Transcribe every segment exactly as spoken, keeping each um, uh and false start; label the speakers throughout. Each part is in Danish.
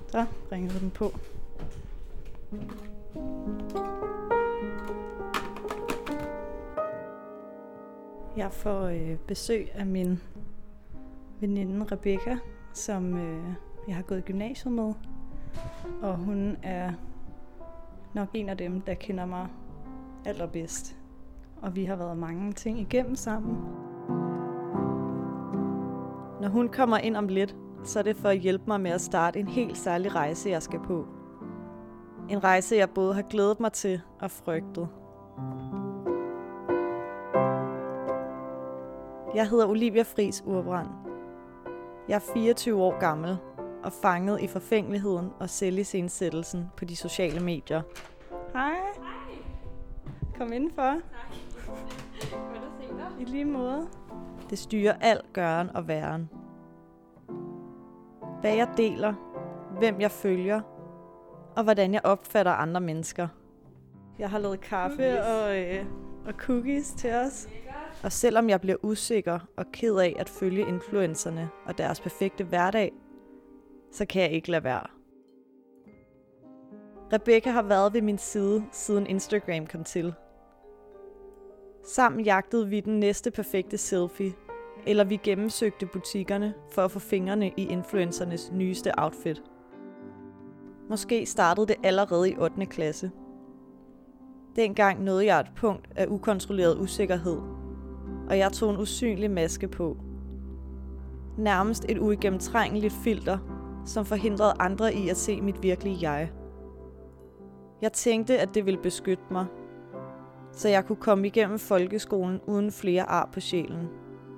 Speaker 1: Så ringede den på. Jeg får øh, besøg af min veninde Rebecca, som øh, jeg har gået i gymnasiet med. Og hun er nok en af dem, der kender mig allerbedst. Og vi har været mange ting igennem sammen. Når hun kommer ind om lidt, så er det for at hjælpe mig med at starte en helt særlig rejse, jeg skal på. En rejse, jeg både har glædet mig til og frygtet. Jeg hedder Olivia Friis Urbrand. Jeg er fireogtyve år gammel og fanget i forfængeligheden og selvisensættelsen på de sociale medier. Hej.
Speaker 2: Hej.
Speaker 1: Kom indenfor.
Speaker 2: Tak. Vil du se dig?
Speaker 1: I lige måde. Det styrer alt gøren og væren. Hvad jeg deler, hvem jeg følger, og hvordan jeg opfatter andre mennesker. Jeg har lavet kaffe og, øh, og cookies til os. Og selvom jeg bliver usikker og ked af at følge influencerne og deres perfekte hverdag, så kan jeg ikke lade være. Rebecca har været ved min side, siden Instagram kom til. Sammen jagtede vi den næste perfekte selfie, eller vi gennemsøgte butikkerne for at få fingrene i influencernes nyeste outfit. Måske startede det allerede i ottende klasse. Dengang nåede jeg et punkt af ukontrolleret usikkerhed, og jeg tog en usynlig maske på. Nærmest et uigennemtrængeligt filter, som forhindrede andre i at se mit virkelige jeg. Jeg tænkte, at det ville beskytte mig, så jeg kunne komme igennem folkeskolen uden flere ar på sjælen.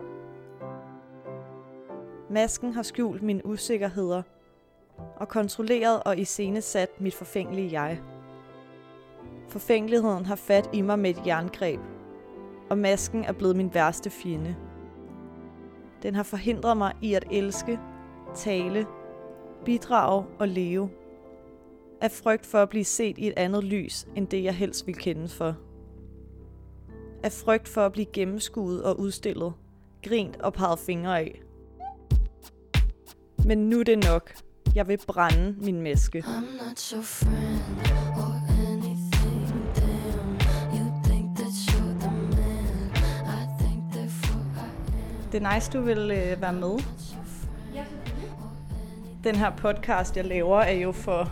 Speaker 1: Masken har skjult mine usikkerheder og kontrolleret og iscenesat mit forfængelige jeg. Forfængeligheden har fat i mig med et jerngreb, og masken er blevet min værste fjende. Den har forhindret mig i at elske, tale, bidrage og leve. Af frygt for at blive set i et andet lys, end det jeg helst vil kendes for. Af frygt for at blive gennemskuet og udstillet, grint og peget fingre af. Men nu er det nok. Jeg vil brænde min maske. Det er nice, du vil øh, være med.
Speaker 2: Ja,
Speaker 1: Den her podcast, jeg laver, er jo for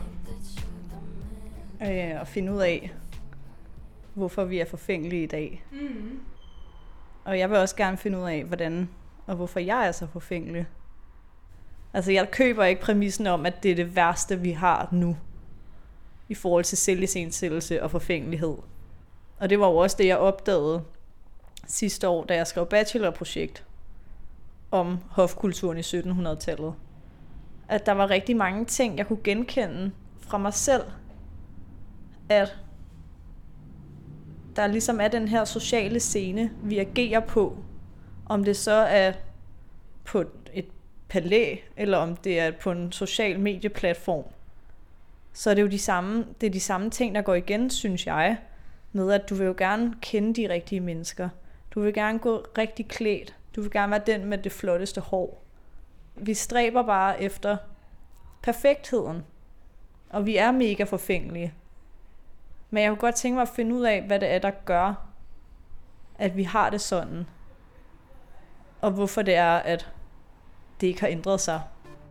Speaker 1: øh, at finde ud af, hvorfor vi er forfængelige i dag.
Speaker 2: mm.
Speaker 1: Og jeg vil også gerne finde ud af, hvordan og hvorfor jeg er så forfængelig. Altså, jeg køber ikke præmissen om, at det er det værste, vi har nu, i forhold til selvisensættelse og forfængelighed. Og det var jo også det, jeg opdagede sidste år, da jeg skrev bachelorprojekt om hofkulturen i sytten hundrede-tallet. At der var rigtig mange ting, jeg kunne genkende fra mig selv. At der ligesom er den her sociale scene, vi agerer på. Om det så er på et palæ, eller om det er på en social medieplatform. Så er det jo de samme, det er de samme ting, der går igen, synes jeg. Med at du vil jo gerne kende de rigtige mennesker. Du vil gerne gå rigtig klædt. Du vil gerne være den med det flotteste hår. Vi stræber bare efter perfektheden. Og vi er mega forfængelige. Men jeg kunne godt tænke mig at finde ud af, hvad det er, der gør, at vi har det sådan. Og hvorfor det er, at det ikke har ændret sig.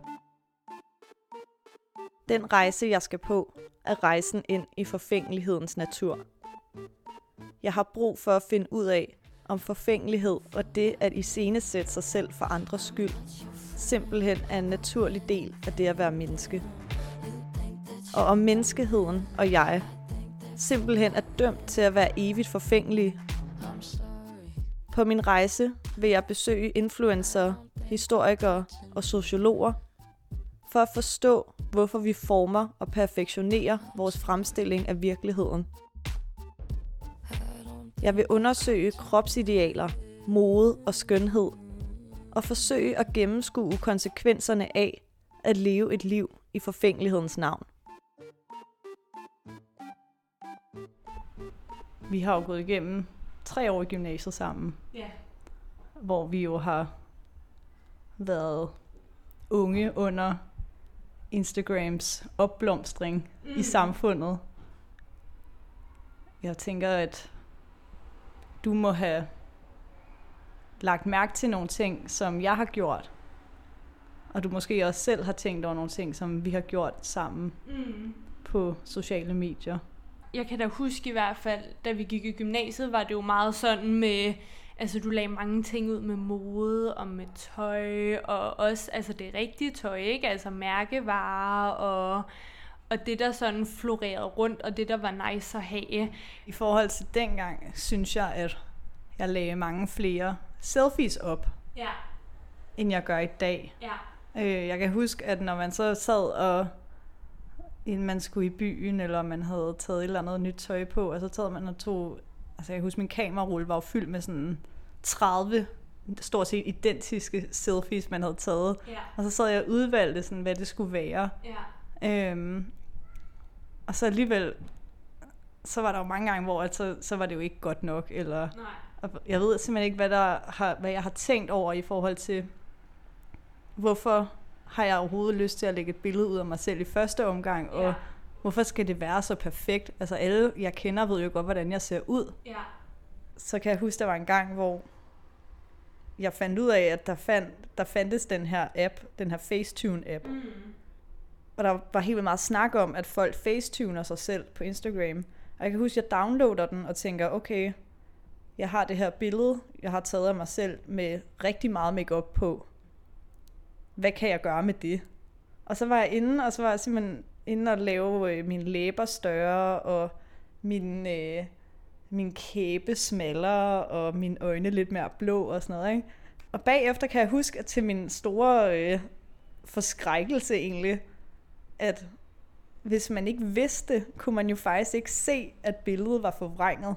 Speaker 1: Den rejse, jeg skal på, er rejsen ind i forfængelighedens natur. Jeg har brug for at finde ud af, om forfængelighed og det at iscenesætte sig selv for andres skyld simpelthen er en naturlig del af det at være menneske. Og om menneskeheden og jeg simpelthen er dømt til at være evigt forfængelige. På min rejse vil jeg besøge influencere, historikere og sociologer for at forstå, hvorfor vi former og perfektionerer vores fremstilling af virkeligheden. Jeg vil undersøge kropsidealer, mode og skønhed og forsøge at gennemskue konsekvenserne af at leve et liv i forfængelighedens navn. Vi har jo gået igennem tre år i gymnasiet sammen,
Speaker 2: Ja.
Speaker 1: hvor vi jo har været unge under Instagrams opblomstring mm. i samfundet. Jeg tænker, at du må have lagt mærke til nogle ting, som jeg har gjort. Og du måske også selv har tænkt over nogle ting, som vi har gjort sammen mm. på sociale medier.
Speaker 3: Jeg kan da huske i hvert fald, da vi gik i gymnasiet, var det jo meget sådan med, altså du lagde mange ting ud med mode og med tøj, og også altså det rigtige tøj, ikke? Altså mærkevarer og, og det, der sådan florerede rundt, og det, der var nice at have.
Speaker 1: I forhold til dengang, synes jeg, at jeg lagde mange flere selfies op,
Speaker 3: ja.
Speaker 1: end jeg gør i dag.
Speaker 3: Ja.
Speaker 1: Øh, jeg kan huske, at når man så sad og inden man skulle i byen, eller man havde taget et eller andet nyt tøj på, og så taget man og tog, altså jeg kan huske, min kamerarulle var jo fyldt med sådan tredive stort set identiske selfies, man havde taget.
Speaker 3: Ja.
Speaker 1: Og så sad jeg og udvalgte, sådan, hvad det skulle være.
Speaker 3: Ja.
Speaker 1: Øhm, og så alligevel, så var der jo mange gange, hvor altså, så var det jo ikke godt nok. Eller, og jeg ved simpelthen ikke, hvad, der har, hvad jeg har tænkt over i forhold til, hvorfor har jeg overhovedet lyst til at lægge et billede ud af mig selv i første omgang, og ja. hvorfor skal det være så perfekt? Altså alle, jeg kender, ved jo godt, hvordan jeg ser ud.
Speaker 3: Ja.
Speaker 1: Så kan jeg huske, der var en gang, hvor jeg fandt ud af, at der, fand, der fandtes den her app, den her Facetune-app. Mm. Og der var helt meget snak om, at folk facetuner sig selv på Instagram. Og jeg kan huske, at jeg downloader den og tænker, okay, jeg har det her billede, jeg har taget af mig selv med rigtig meget makeup på. Hvad kan jeg gøre med det? Og så var jeg inde, og så var jeg simpelthen inde og lave øh, mine læber større, og min, øh, min kæbe smallere, og mine øjne lidt mere blå og sådan noget, ikke? Og bagefter kan jeg huske, at til min store øh, forskrækkelse egentlig, at hvis man ikke vidste, kunne man jo faktisk ikke se, at billedet var forvrænget.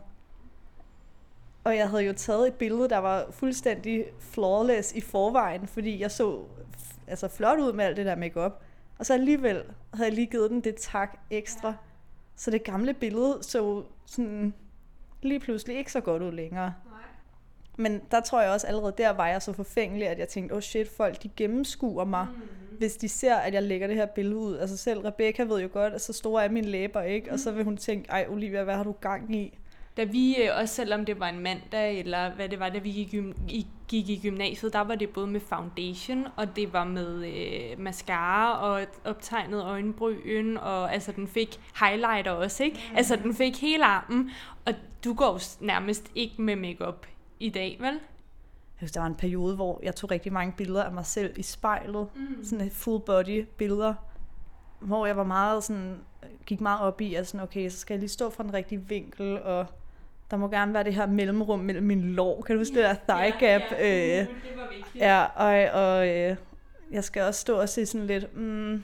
Speaker 1: Og jeg havde jo taget et billede, der var fuldstændig flawless i forvejen, fordi jeg så altså flot ud med alt det der makeup. Og så alligevel havde jeg lige givet den det tak ekstra. Ja. Så det gamle billede så sådan lige pludselig ikke så godt ud længere. Nej. Men der tror jeg også allerede, der var jeg så forfængelig, at jeg tænkte, oh shit, folk de gennemskuer mig, mm. hvis de ser, at jeg lægger det her billede ud. Altså selv Rebecca ved jo godt, at så store er mine læber, ikke? Mm. Og så vil hun tænke, ej Olivia, hvad har du gang i?
Speaker 3: Da vi, også selvom det var en mandag, eller hvad det var, da vi gik, i, gik i gymnasiet, der var det både med foundation, og det var med øh, mascara, og optegnet øjenbryn, og altså den fik highlighter også, ikke? Mm. Altså den fik hele armen, og du går nærmest ikke med makeup i dag, vel?
Speaker 1: Jeg husker, der var en periode, hvor jeg tog rigtig mange billeder af mig selv i spejlet, mm. sådan et full body billeder, hvor jeg var meget sådan, gik meget op i, at sådan, okay, så skal jeg lige stå fra den rigtige vinkel, og der må gerne være det her mellemrum mellem mine lår. Kan du huske yeah, det der thigh gap?
Speaker 3: Ja, ja. Øh, det var vigtigt.
Speaker 1: Ja, og, og øh, jeg skal også stå og se sådan lidt, mm,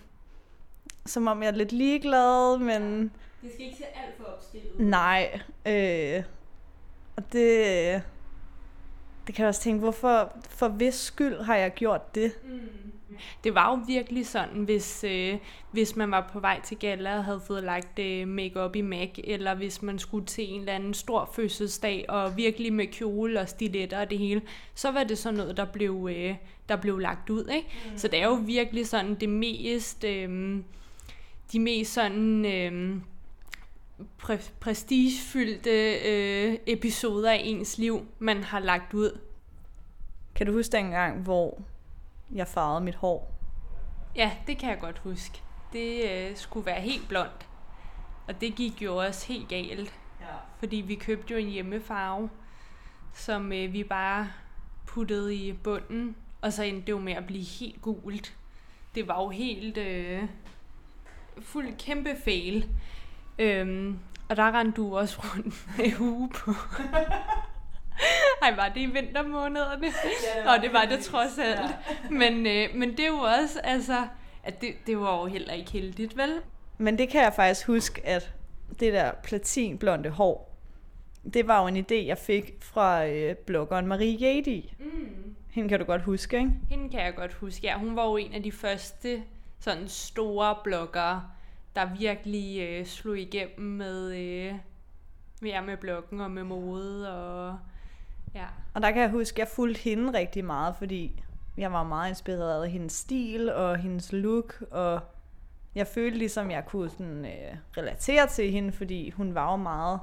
Speaker 1: som om jeg er lidt ligeglad, men...
Speaker 3: Det skal ikke se alt for opstillet.
Speaker 1: Nej. Øh, og det... Det kan jeg også tænke, hvorfor, for hvis skyld har jeg gjort det? Mm.
Speaker 3: Det var jo virkelig sådan, hvis, øh, hvis man var på vej til galla og havde fået lagt øh, make-up i M A C, eller hvis man skulle til en eller anden stor fødselsdag, og virkelig med kjole og stiletter og det hele, så var det sådan noget, der blev, øh, der blev lagt ud, ikke? Mm. Så det er jo virkelig sådan det mest, øh, de mest sådan... Øh, præ- prestigefyldte øh, episoder af ens liv, man har lagt ud.
Speaker 1: Kan du huske dengang, hvor jeg farvede mit hår?
Speaker 3: Ja, det kan jeg godt huske. Det øh, skulle være helt blondt. Og det gik jo også helt galt. Ja. Fordi vi købte jo en hjemmefarve, som øh, vi bare puttede i bunden, og så endte det jo med at blive helt gult. Det var jo helt øh, fuldt kæmpe fail. Øhm, og der rendte du også rundt med hue på. Ej, var det i vintermånederne? Ja, det og det var det trods alt. Ja. Men, øh, men det er jo også, altså, at det, det var jo heller ikke heldigt, vel?
Speaker 1: Men det kan jeg faktisk huske, at det der platinblonde hår, det var jo en idé, jeg fik fra øh, bloggeren Marie Jedi. Mm. Hende kan du godt huske, ikke?
Speaker 3: Hende kan jeg godt huske, ja. Hun var jo en af de første sådan store bloggere, der virkelig øh, slog igennem med, øh, ja, med bloggen og med mode. Og, ja.
Speaker 1: og der kan jeg huske, at jeg fulgte hende rigtig meget, fordi jeg var meget inspireret af hendes stil og hendes look. Og jeg følte ligesom, jeg kunne sådan, øh, relatere til hende, fordi hun var jo meget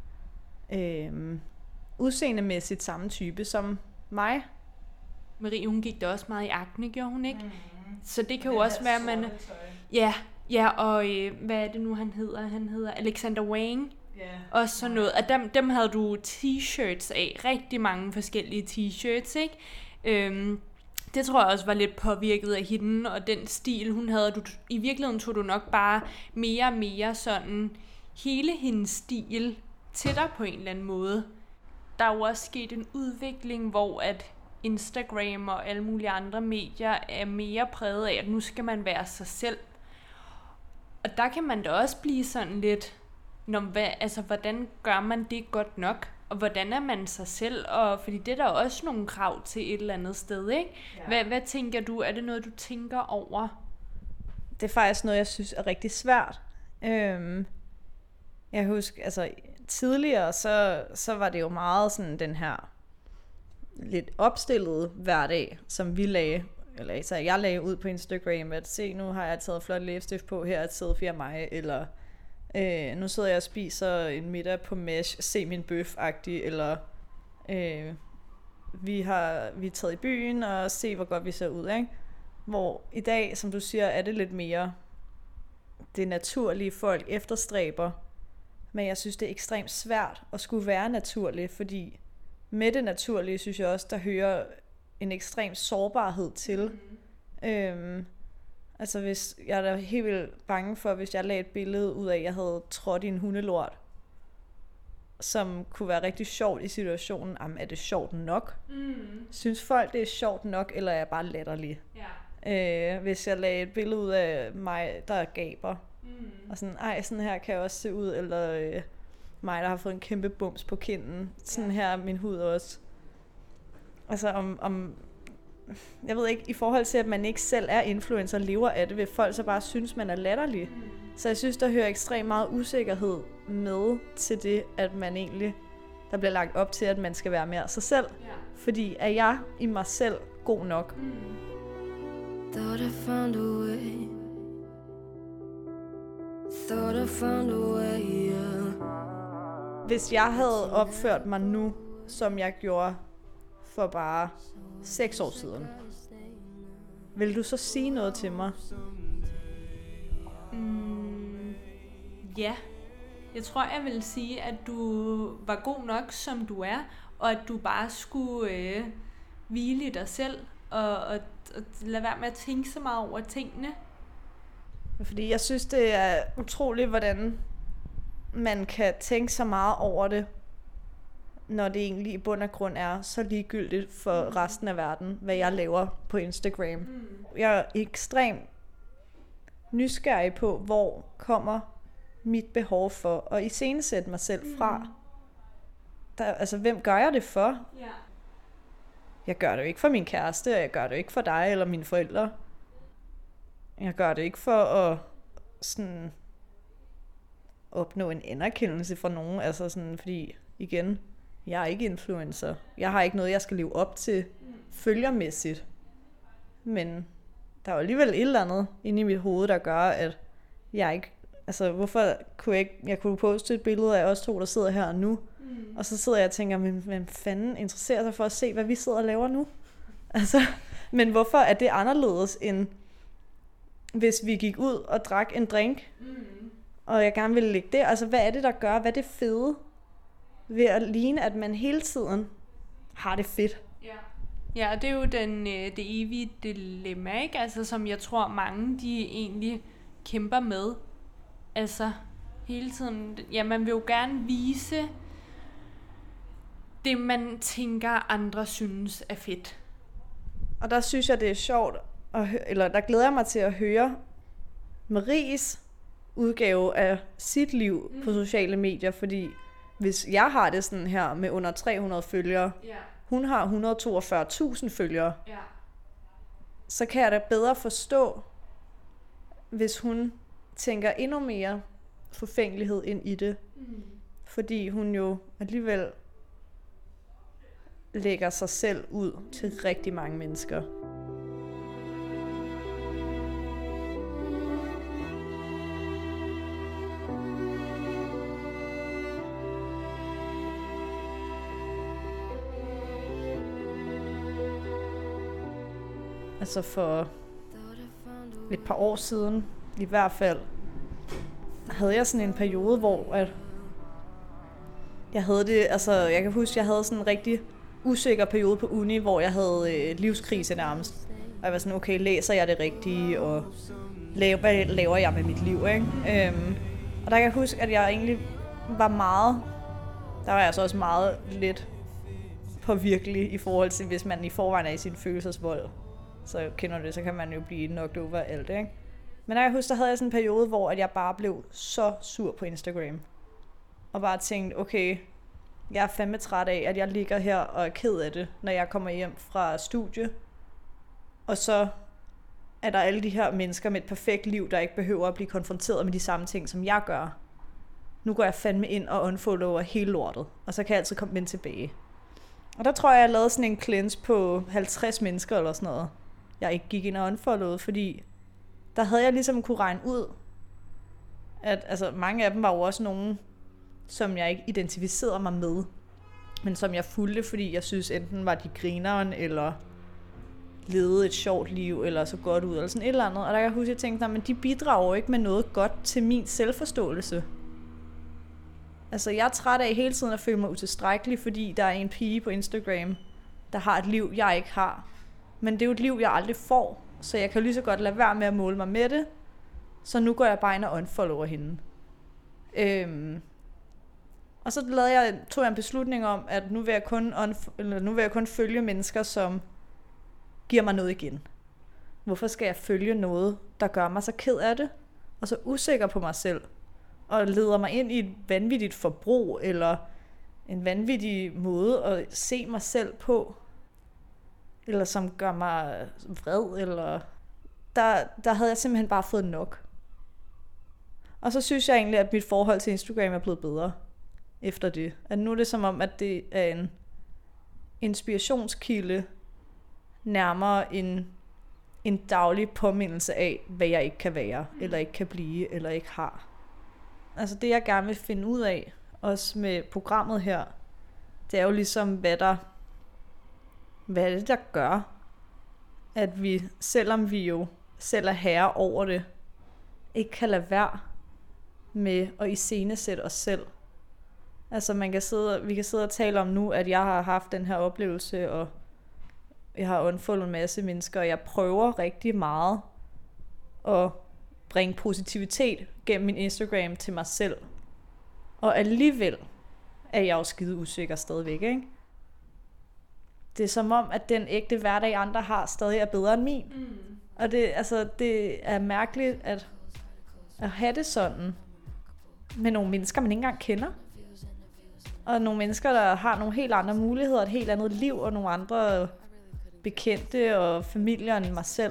Speaker 1: øh, udseendemæssigt samme type som mig.
Speaker 3: Marie, hun gik da også meget i akne, gjorde hun ikke? Mm-hmm. Så det kan jo også være, man... Ja, ja, og øh, hvad er det nu, han hedder? Han hedder Alexander Wang. Yeah. Og sådan noget. Og dem, dem havde du t-shirts af. Rigtig mange forskellige t-shirts, ikke? Øhm, det tror jeg også var lidt påvirket af hende, og den stil, hun havde. Du, I virkeligheden tog du nok bare mere og mere sådan hele hendes stil til dig på en eller anden måde. Der er jo også sket en udvikling, hvor at Instagram og alle mulige andre medier er mere præget af, at nu skal man være sig selv. Og der kan man da også blive sådan lidt, når, hvad, altså, hvordan gør man det godt nok? Og hvordan er man sig selv? Og, fordi det er der også nogle krav til et eller andet sted, ikke? Ja. Hvad, hvad tænker du? Er det noget, du tænker over?
Speaker 1: Det er faktisk noget, jeg synes er rigtig svært. Øhm, jeg husker, altså tidligere, så, så var det jo meget sådan den her lidt opstillede hverdag, som vi lagde, eller så jeg lagde ud på Instagram, at se, nu har jeg taget flot læbestift på, her er et selfie af mig, eller øh, nu sidder jeg og spiser en middag på Mesh, se min bøf-agtig, eller øh, vi har vi er taget i byen, og se, hvor godt vi ser ud, ikke? Hvor i dag, som du siger, er det lidt mere det naturlige, folk efterstræber, men jeg synes, det er ekstremt svært at skulle være naturlig, fordi med det naturlige, synes jeg også, der hører en ekstrem sårbarhed til. Mm. Øhm, altså hvis, jeg er da helt vildt bange for, hvis jeg lagde et billede ud af, at jeg havde trådt i en hundelort, som kunne være rigtig sjovt i situationen. Jamen, er det sjovt nok? Mm. Synes folk, det er sjovt nok, eller er jeg bare latterlig? Yeah. Øh, hvis jeg lagde et billede ud af mig, der gaber, mm. og sådan, ej, sådan her kan jeg også se ud, eller øh, mig, der har fået en kæmpe bums på kinden, sådan her er min hud også. Altså om, om, jeg ved ikke, i forhold til, at man ikke selv er influencer, lever af det, vil folk så bare synes, man er latterlig. Mm. Så jeg synes, der hører ekstremt meget usikkerhed med til det, at man egentlig, der bliver lagt op til, at man skal være mere sig selv. Yeah. Fordi er jeg i mig selv god nok? Mm. Thought I found a way. Thought I found a way, yeah. Hvis jeg havde opført mig nu, som jeg gjorde for bare seks år siden, vil du så sige noget til mig?
Speaker 3: Mm, ja. Jeg tror, jeg vil sige, at du var god nok, som du er, og at du bare skulle øh, hvile i dig selv, og, og, og lade være med at tænke så meget over tingene.
Speaker 1: Fordi jeg synes, det er utroligt, hvordan man kan tænke så meget over det, når det egentlig i bund og grund er så ligegyldigt for mm. resten af verden, hvad jeg laver på Instagram. Mm. Jeg er ekstremt nysgerrig på, hvor kommer mit behov for at iscenesætte mig selv fra. Mm. Der, altså, hvem gør jeg det for? Yeah. Jeg gør det jo ikke for min kæreste, og jeg gør det jo ikke for dig eller mine forældre. Jeg gør det ikke for at sådan opnå en anerkendelse fra nogen, altså sådan, fordi igen, jeg er ikke influencer. Jeg har ikke noget, jeg skal leve op til følgermæssigt. Men der er jo alligevel et eller andet inde i mit hoved, der gør, at jeg ikke, altså hvorfor kunne jeg ikke, jeg kunne poste et billede af os to, der sidder her nu, mm. og så sidder jeg og tænker, men hvem fanden interesserer sig for at se, hvad vi sidder og laver nu? Altså, men hvorfor er det anderledes end hvis vi gik ud og drak en drink, mm. og jeg gerne ville ligge der? Altså, hvad er det, der gør? Hvad er det fede ved at ligne, at man hele tiden har det fedt?
Speaker 3: Ja, ja, og det er jo den, det evige dilemma, ikke? Altså, som jeg tror, mange de egentlig kæmper med. Altså, hele tiden, ja, man vil jo gerne vise det, man tænker, andre synes er fedt.
Speaker 1: Og der synes jeg, det er sjovt, at hø- eller der glæder jeg mig til at høre Maries udgave af sit liv mm. på sociale medier, fordi hvis jeg har det sådan her med under tre hundrede følgere, yeah. hun har et hundrede og toogfyrre tusind følgere, yeah. så kan jeg da bedre forstå, hvis hun tænker endnu mere forfængelighed ind i det. Mm. Fordi hun jo alligevel lægger sig selv ud til rigtig mange mennesker. altså for et par år siden i hvert fald, havde jeg sådan en periode, hvor at jeg havde det, altså jeg kan huske, jeg havde sådan en rigtig usikker periode på uni, hvor jeg havde øh, livskrise nærmest. Og jeg var sådan, okay, læser jeg det rigtige, og laver, hvad laver jeg med mit liv, ikke? Øhm, og der kan jeg huske, at jeg egentlig var meget, der var jeg altså også meget lidt påvirkelig i forhold til, hvis man i forvejen er i sin følelsesvold. Så kender du det, så kan man jo blive knocked over alt, ikke? Men der kan jeg huske, der havde jeg sådan en periode, hvor at jeg bare blev så sur på Instagram. Og bare tænkte, okay, jeg er fandme træt af, at jeg ligger her og er ked af det, når jeg kommer hjem fra studie. Og så er der alle de her mennesker med et perfekt liv, der ikke behøver at blive konfronteret med de samme ting, som jeg gør. Nu går jeg fandme ind og unfollower hele lortet, og så kan jeg altid komme ind tilbage. Og der tror jeg, jeg lavede sådan en cleanse på halvtreds mennesker eller sådan noget. Jeg ikke gik ind og unfollowede, fordi der havde jeg ligesom kunne regne ud, at altså, mange af dem var jo også nogen, som jeg ikke identificerede mig med, men som jeg fulgte, fordi jeg synes enten var de grineren, eller levede et sjovt liv, eller så godt ud, eller sådan et eller andet. Og der kan jeg huske, at jeg tænkte, men de bidrager ikke med noget godt til min selvforståelse. Altså, jeg er træt af hele tiden at føle mig utilstrækkelig, fordi der er en pige på Instagram, der har et liv, jeg ikke har. Men det er jo et liv, jeg aldrig får, så jeg kan lige så godt lade være med at måle mig med det. Så nu går jeg bare ind og unfollower hende. Øhm. Og så lavede jeg, tog jeg en beslutning om, at nu vil jeg kun, unf- eller nu vil jeg kun følge mennesker, som giver mig noget igen. Hvorfor skal jeg følge noget, der gør mig så ked af det, og så usikker på mig selv, og leder mig ind i et vanvittigt forbrug, eller en vanvittig måde at se mig selv på, eller som gør mig vred, eller der, der havde jeg simpelthen bare fået nok. Og så synes jeg egentlig, at mit forhold til Instagram er blevet bedre efter det. At nu er det som om, at det er en inspirationskilde nærmere en, en daglig påmindelse af, hvad jeg ikke kan være, eller ikke kan blive, eller ikke har. Altså det, jeg gerne vil finde ud af, også med programmet her, det er jo ligesom, hvad der, hvad er det, der gør, at vi, selvom vi jo selv er herre over det, ikke kan lade være med at iscenesætte os selv. Altså man kan sidde, vi kan sidde og tale om nu, at jeg har haft den her oplevelse, og jeg har unfoldet en masse mennesker, og jeg prøver rigtig meget at bringe positivitet gennem min Instagram til mig selv. Og alligevel er jeg jo skide usikker stadigvæk, ikke? Det er som om, at den ægte hverdag, andre har, stadig er bedre end min. Mm. Og det, altså, det er mærkeligt at, at have det sådan med nogle mennesker, man ikke engang kender. Og nogle mennesker, der har nogle helt andre muligheder, et helt andet liv, og nogle andre bekendte og familier end mig selv.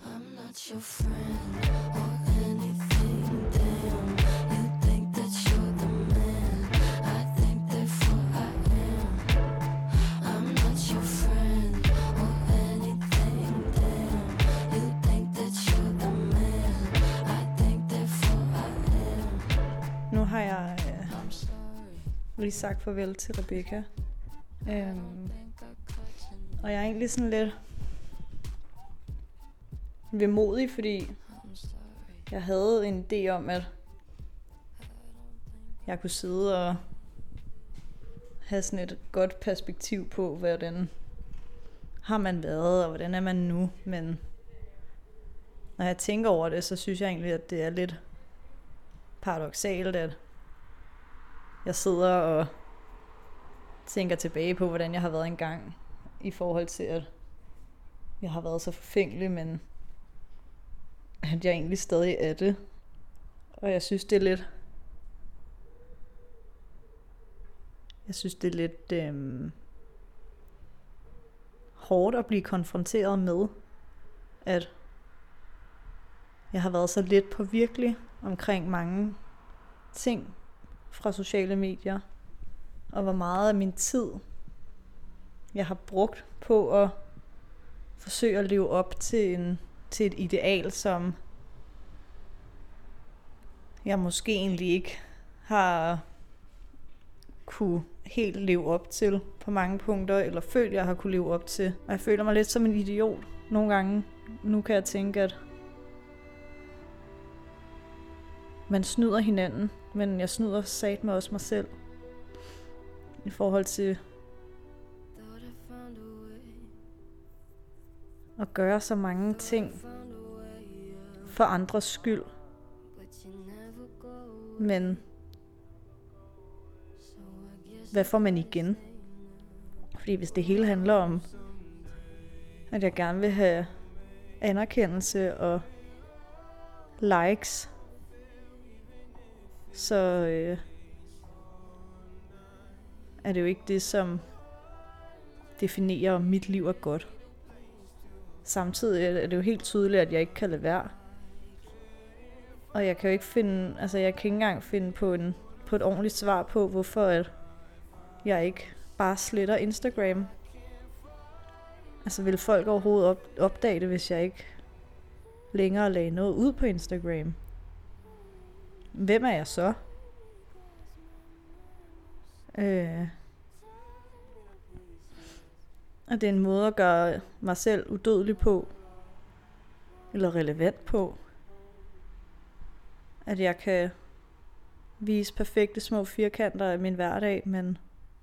Speaker 1: Nu har jeg øh, lige sagt farvel til Rebecca. Øhm, og jeg er egentlig sådan lidt vemodig, fordi jeg havde en idé om, at jeg kunne sidde og have sådan et godt perspektiv på, hvordan har man været, og hvordan er man nu. Men når jeg tænker over det, så synes jeg egentlig, at det er lidt paradoksalt, at jeg sidder og tænker tilbage på, hvordan jeg har været engang, i forhold til, at jeg har været så forfængelig, men at jeg egentlig stadig er det. Og jeg synes, det er lidt jeg synes, det er lidt øhm, hårdt at blive konfronteret med, at jeg har været så lidt påvirkelig omkring mange ting fra sociale medier, og hvor meget af min tid jeg har brugt på at forsøge at leve op til, en, til et ideal, som jeg måske egentlig ikke har kunne helt leve op til på mange punkter, eller følt, jeg har kunne leve op til. Og jeg føler mig lidt som en idiot nogle gange. nu kan jeg tænke, at man snyder hinanden, men jeg snyder satme også mig selv. I forhold til at gøre så mange ting for andres skyld. Men hvad får man igen? Fordi hvis det hele handler om, at jeg gerne vil have anerkendelse og likes, så øh, er det jo ikke det, som definerer, om mit liv er godt. Samtidig er det jo helt tydeligt, at jeg ikke kan lade være. Og jeg kan jo ikke finde, altså jeg kan ikke engang finde på, en, på et ordentligt svar på, hvorfor at jeg ikke bare sletter Instagram. Altså vil folk overhovedet op, opdage det, hvis jeg ikke længere lagde noget ud på Instagram? Hvem er jeg så? Øh. Og det er en måde at gøre mig selv udødelig på. Eller relevant på. At jeg kan vise perfekte små firkanter af min hverdag, men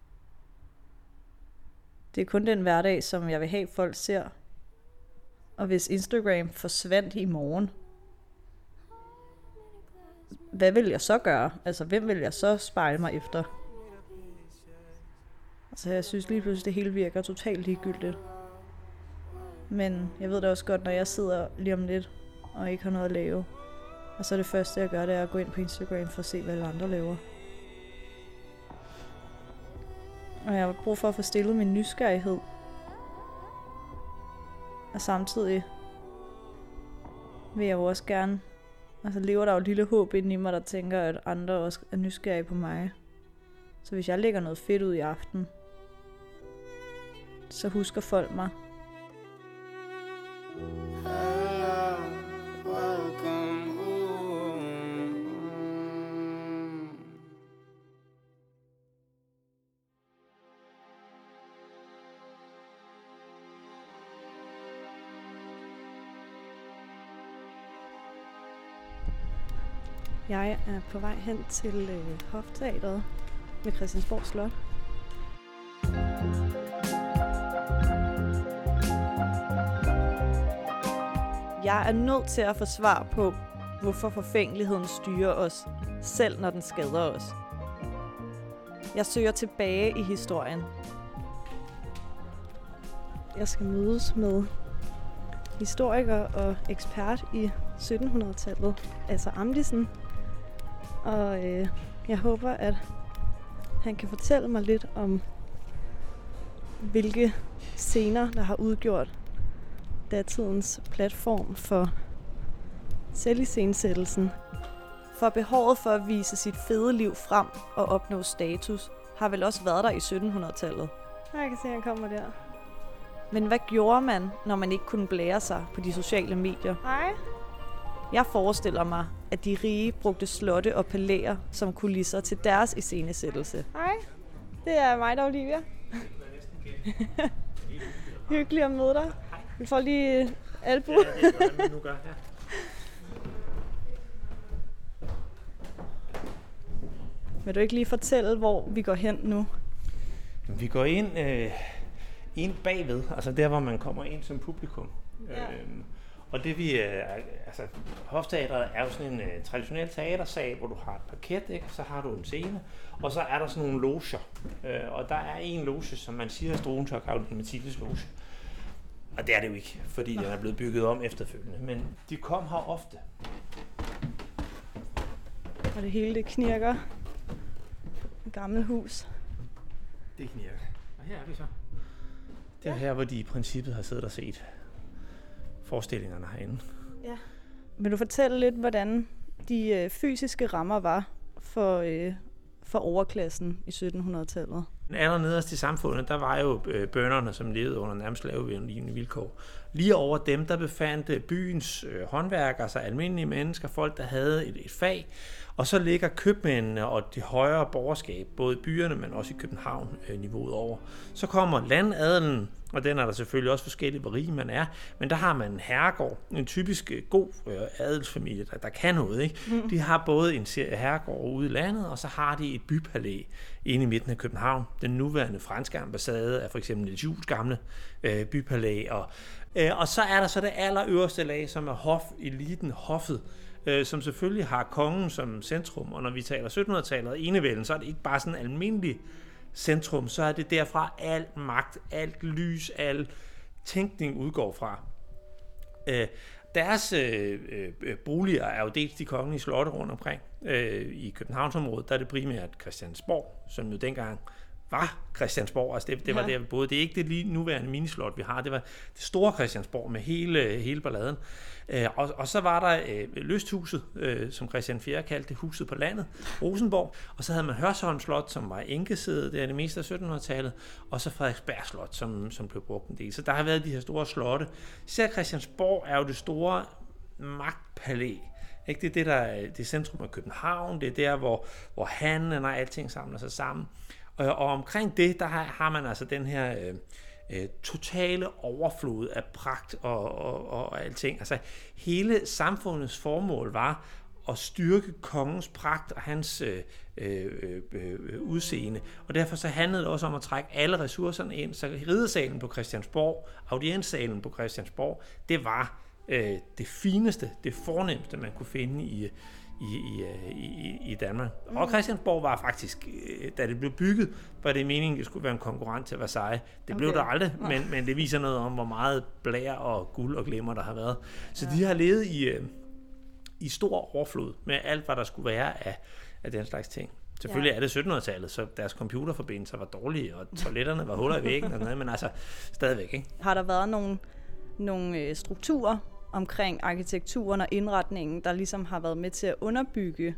Speaker 1: det er kun den hverdag, som jeg vil have, folk ser. Og hvis Instagram forsvandt i morgen, hvad vil jeg så gøre? Altså, hvem vil jeg så spejle mig efter? Altså, jeg synes lige pludselig, det hele virker totalt ligegyldigt. Men jeg ved da også godt, når jeg sidder lige om lidt, og ikke har noget at lave. Og så det første, jeg gør, det er at gå ind på Instagram for at se, hvad alle andre laver. Og jeg har brug for at få stillet min nysgerrighed. Og samtidig vil jeg jo også gerne, altså lever der jo et lille håb inde i mig, der tænker, at andre også er nysgerrige på mig. Så hvis jeg lægger noget fedt ud i aften, så husker folk mig. Jeg er på vej hen til øh, Hofteatret ved Christiansborg Slot. Jeg er nødt til at få svar på, hvorfor forfængeligheden styrer os, selv når den skader os. Jeg søger tilbage i historien. Jeg skal mødes med historiker og ekspert i syttenhundredetallet, altså Amdisen. Og øh, jeg håber, at han kan fortælle mig lidt om, hvilke scener, der har udgjort datidens platform for selviscenesættelsen. For behovet for at vise sit fede liv frem og opnå status, har vel også været der i syttenhundredetallet. Jeg kan se, at han kommer der. Men hvad gjorde man, når man ikke kunne blære sig på de sociale medier?
Speaker 2: Hej.
Speaker 1: Jeg forestiller mig, at de rige brugte slotte og palæer som kulisser til deres iscenesættelse.
Speaker 2: Hej. Det er mig, der er Olivia. Hyggeligt at møde dig. Vi får lige albu.
Speaker 4: Ja, det er hvordan vi nu gør, ja.
Speaker 1: Vil du ikke lige fortælle, hvor vi går hen nu?
Speaker 4: Vi går ind, øh, ind bagved, altså der, hvor man kommer ind som publikum.
Speaker 2: Ja.
Speaker 4: Øhm, og det vi, øh, altså Hofteatret er jo sådan en øh, traditionel teatersal, hvor du har et parket, ikke? Så har du en scene, og så er der sådan nogle loger. Øh, og der er en loge, som man siger er Struensee Caroline Mathildes loge. Og det er det jo ikke, fordi Nå. den er blevet bygget om efterfølgende. Men de kom her ofte.
Speaker 1: Og det hele det knirker. Et gammelt hus.
Speaker 4: Det knirker. Og her er vi så. Det er ja. her, hvor de i princippet har siddet og set forestillingerne herinde.
Speaker 1: Ja. Vil du fortælle lidt, hvordan de øh, fysiske rammer var for, øh, for overklassen i syttenhundredetallet?
Speaker 4: Den allernederste i samfundet, der var jo øh, bønderne, som levede under nærmest slavevenlige vilkår. Lige over dem, der befandt øh, byens øh, håndværkere, altså almindelige mennesker, folk, der havde et, et fag. Og så ligger købmændene og det højere borgerskab, både i byerne, men også i København, øh, niveauet over. Så kommer landadelen, og den er der selvfølgelig også forskelligt, hvor rig man er, men der har man en herregård, en typisk god øh, adelsfamilie, der, der kan noget, ikke? Mm. De har både en herregård ude i landet, og så har de et bypalæ inde i midten af København. Den nuværende franske ambassade er for eksempel Niels Juels gamle øh, bypalæ, og, øh, og så er der så det allerøverste lag, som er hof, eliten, hoffet, øh, som selvfølgelig har kongen som centrum, og når vi taler syttenhundredetallet og enevælden, så er det ikke bare sådan en almindelig centrum, så er det derfra alt magt, alt lys, al tænkning udgår fra. Øh, deres øh, øh, boliger er jo dels de kongelige slotte rundt omkring. Øh, I Københavnsområdet, der er det primært Christiansborg, som jo dengang var Christiansborg, altså det, det var ja. der vi boede. Det er ikke det lige nuværende minislot, vi har, det var det store Christiansborg med hele, hele balladen. Øh, og, og så var der øh, lysthuset, øh, som Christian fjerde kaldte huset på landet, Rosenborg, og så havde man Hørsholm Slot, som var enkesæde, det er det meste af syttenhundredetallet, og så Frederiksberg Slot, som, som blev brugt en del. Så der har været de her store slotte. Især Christiansborg er jo det store magtpalæ. Ikke? Det er det, der er det centrum af København, det er der, hvor, hvor handlen og alting samler sig sammen. Og omkring det, der har man altså den her øh, øh, totale overflod af pragt og, og, og alting. Altså hele samfundets formål var at styrke kongens pragt og hans øh, øh, øh, udseende. Og derfor så handlede det også om at trække alle ressourcerne ind. Så riddersalen på Christiansborg, audienssalen på Christiansborg, det var øh, det fineste, det fornemmeste, man kunne finde i I, i, i, i Danmark. Mm. Og Christiansborg var faktisk, da det blev bygget, var det meningen, det skulle være en konkurrent til Versailles. Det okay. blev der aldrig, men, men det viser noget om, hvor meget blær og guld og glimmer der har været. Så ja. de har levet i, i stor overflod med alt, hvad der skulle være af, af den slags ting. Selvfølgelig ja. er det syttenhundredetallet, så deres computerforbindelser var dårlige, og toiletterne var huller i væggen, og noget, men altså stadigvæk. Ikke?
Speaker 1: Har der været nogle, nogle strukturer omkring arkitekturen og indretningen, der ligesom har været med til at underbygge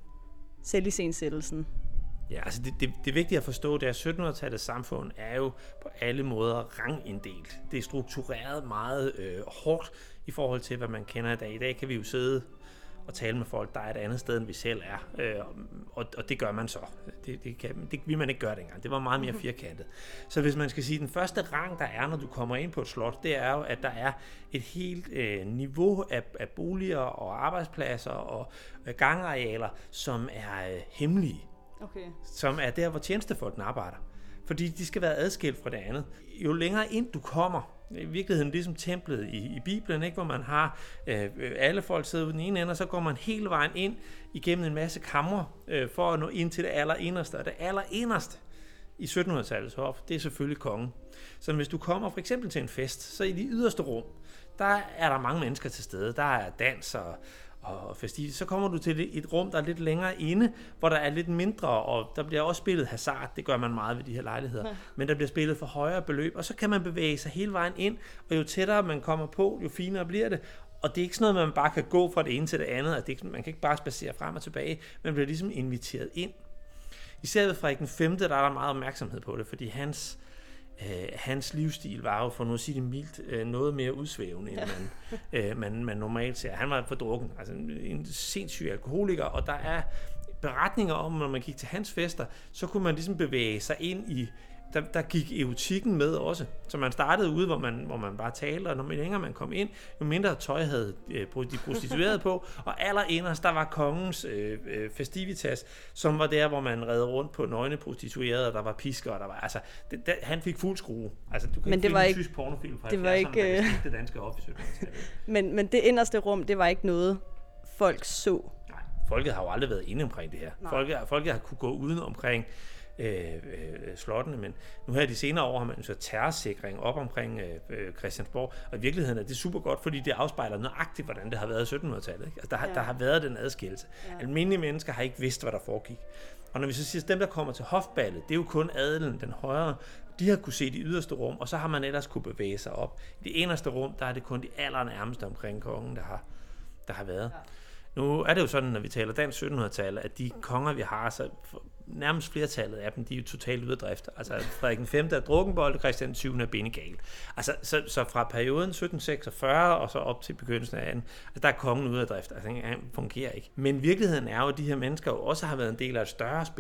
Speaker 1: selvisensættelsen?
Speaker 4: Ja, altså det, det, det er vigtigt at forstå, at syttenhundredetallets samfund er jo på alle måder ranginddelt. Det er struktureret meget øh, hårdt i forhold til, hvad man kender i dag. I dag kan vi jo sidde og tale med folk, der er et andet sted, end vi selv er. Øh, og, og det gør man så. Det, det, kan, det vil man ikke gøre dengang. Det var meget mere firkantet. Så hvis man skal sige, den første rang, der er, når du kommer ind på et slot, det er jo, at der er et helt øh, niveau af, af boliger og arbejdspladser og øh, gangarealer, som er øh, hemmelige. Okay. Som er der, hvor tjenestefolkene arbejder. Fordi de skal være adskilt fra det andet. Jo længere ind du kommer, i virkeligheden ligesom templet i, i Bibelen, ikke? Hvor man har øh, alle folk sidder ude den ene ende, og så går man hele vejen ind igennem en masse kamre øh, for at nå ind til det allerinderste. Og det allerinderste i syttenhundredetallets hof, det er selvfølgelig kongen. Så hvis du kommer for eksempel til en fest, så i de yderste rum, der er der mange mennesker til stede. Der er dans og og festivt. Så kommer du til et rum, der er lidt længere inde, hvor der er lidt mindre, og der bliver også spillet hasard, det gør man meget ved de her lejligheder, ja. Men der bliver spillet for højere beløb, og så kan man bevæge sig hele vejen ind, og jo tættere man kommer på, jo finere bliver det, og det er ikke sådan noget, man bare kan gå fra det ene til det andet, at det, man kan ikke bare spacere frem og tilbage, man bliver ligesom inviteret ind. Især ved Frederik den femte, der er der meget opmærksomhed på det, fordi hans Øh, hans livsstil var jo, for nu at sige det mildt, øh, noget mere udsvævende, end man, øh, man, man normalt ser. Han var for drukken, altså en, en sindssyg alkoholiker, og der er beretninger om, når man gik til hans fester, så kunne man ligesom bevæge sig ind i, der, der gik erotikken med også. Så man startede ude, hvor man, hvor man bare talte, og når længere man kom ind, jo mindre tøj havde øh, de prostituerede på, og allerinderst, der var kongens øh, festivitas, som var der, hvor man redde rundt på nøgne prostituerede, og der var pisker, og der var, altså, det, der, han fik fuld skrue. Altså, du kan
Speaker 1: men
Speaker 4: ikke
Speaker 1: finde
Speaker 4: en tysk pornofilm fra
Speaker 1: det var ikke,
Speaker 4: der det danske hof i syttenhundredetallet.
Speaker 1: men, men det inderste rum, det var ikke noget, folk så.
Speaker 4: Nej, folket har jo aldrig været inde omkring det her. Folket, folket har kunne gå uden omkring Øh, øh, slottene, men nu her de senere år har man så terrorsikring op omkring øh, Christiansborg, og i virkeligheden er det super godt, fordi det afspejler nøjagtigt, hvordan det har været i syttenhundredetallet. Ikke? Altså, der, ja. der har været den adskillelse. Ja. Almindelige mennesker har ikke vidst, hvad der foregik. Og når vi så siger, dem, der kommer til hofballet, det er jo kun adelen, den højere, de har kunne se de yderste rum, og så har man ellers kunne bevæge sig op. I det eneste rum, der er det kun de allernærmeste omkring kongen, der har, der har været. Ja. Nu er det jo sådan, når vi taler dansk syttenhundredetallet, at de konger, vi har, så nærmest flertallet af dem, de er jo totalt ude af drift. Altså Frederik den femte er drukkenbold, Christian den syvende er benegal. Altså, så, så fra perioden sytten seksogfyrre og så op til begyndelsen af atten, altså der er kongen ude af drift. Altså han fungerer ikke. Men virkeligheden er jo, at de her mennesker jo også har været en del af et større spil,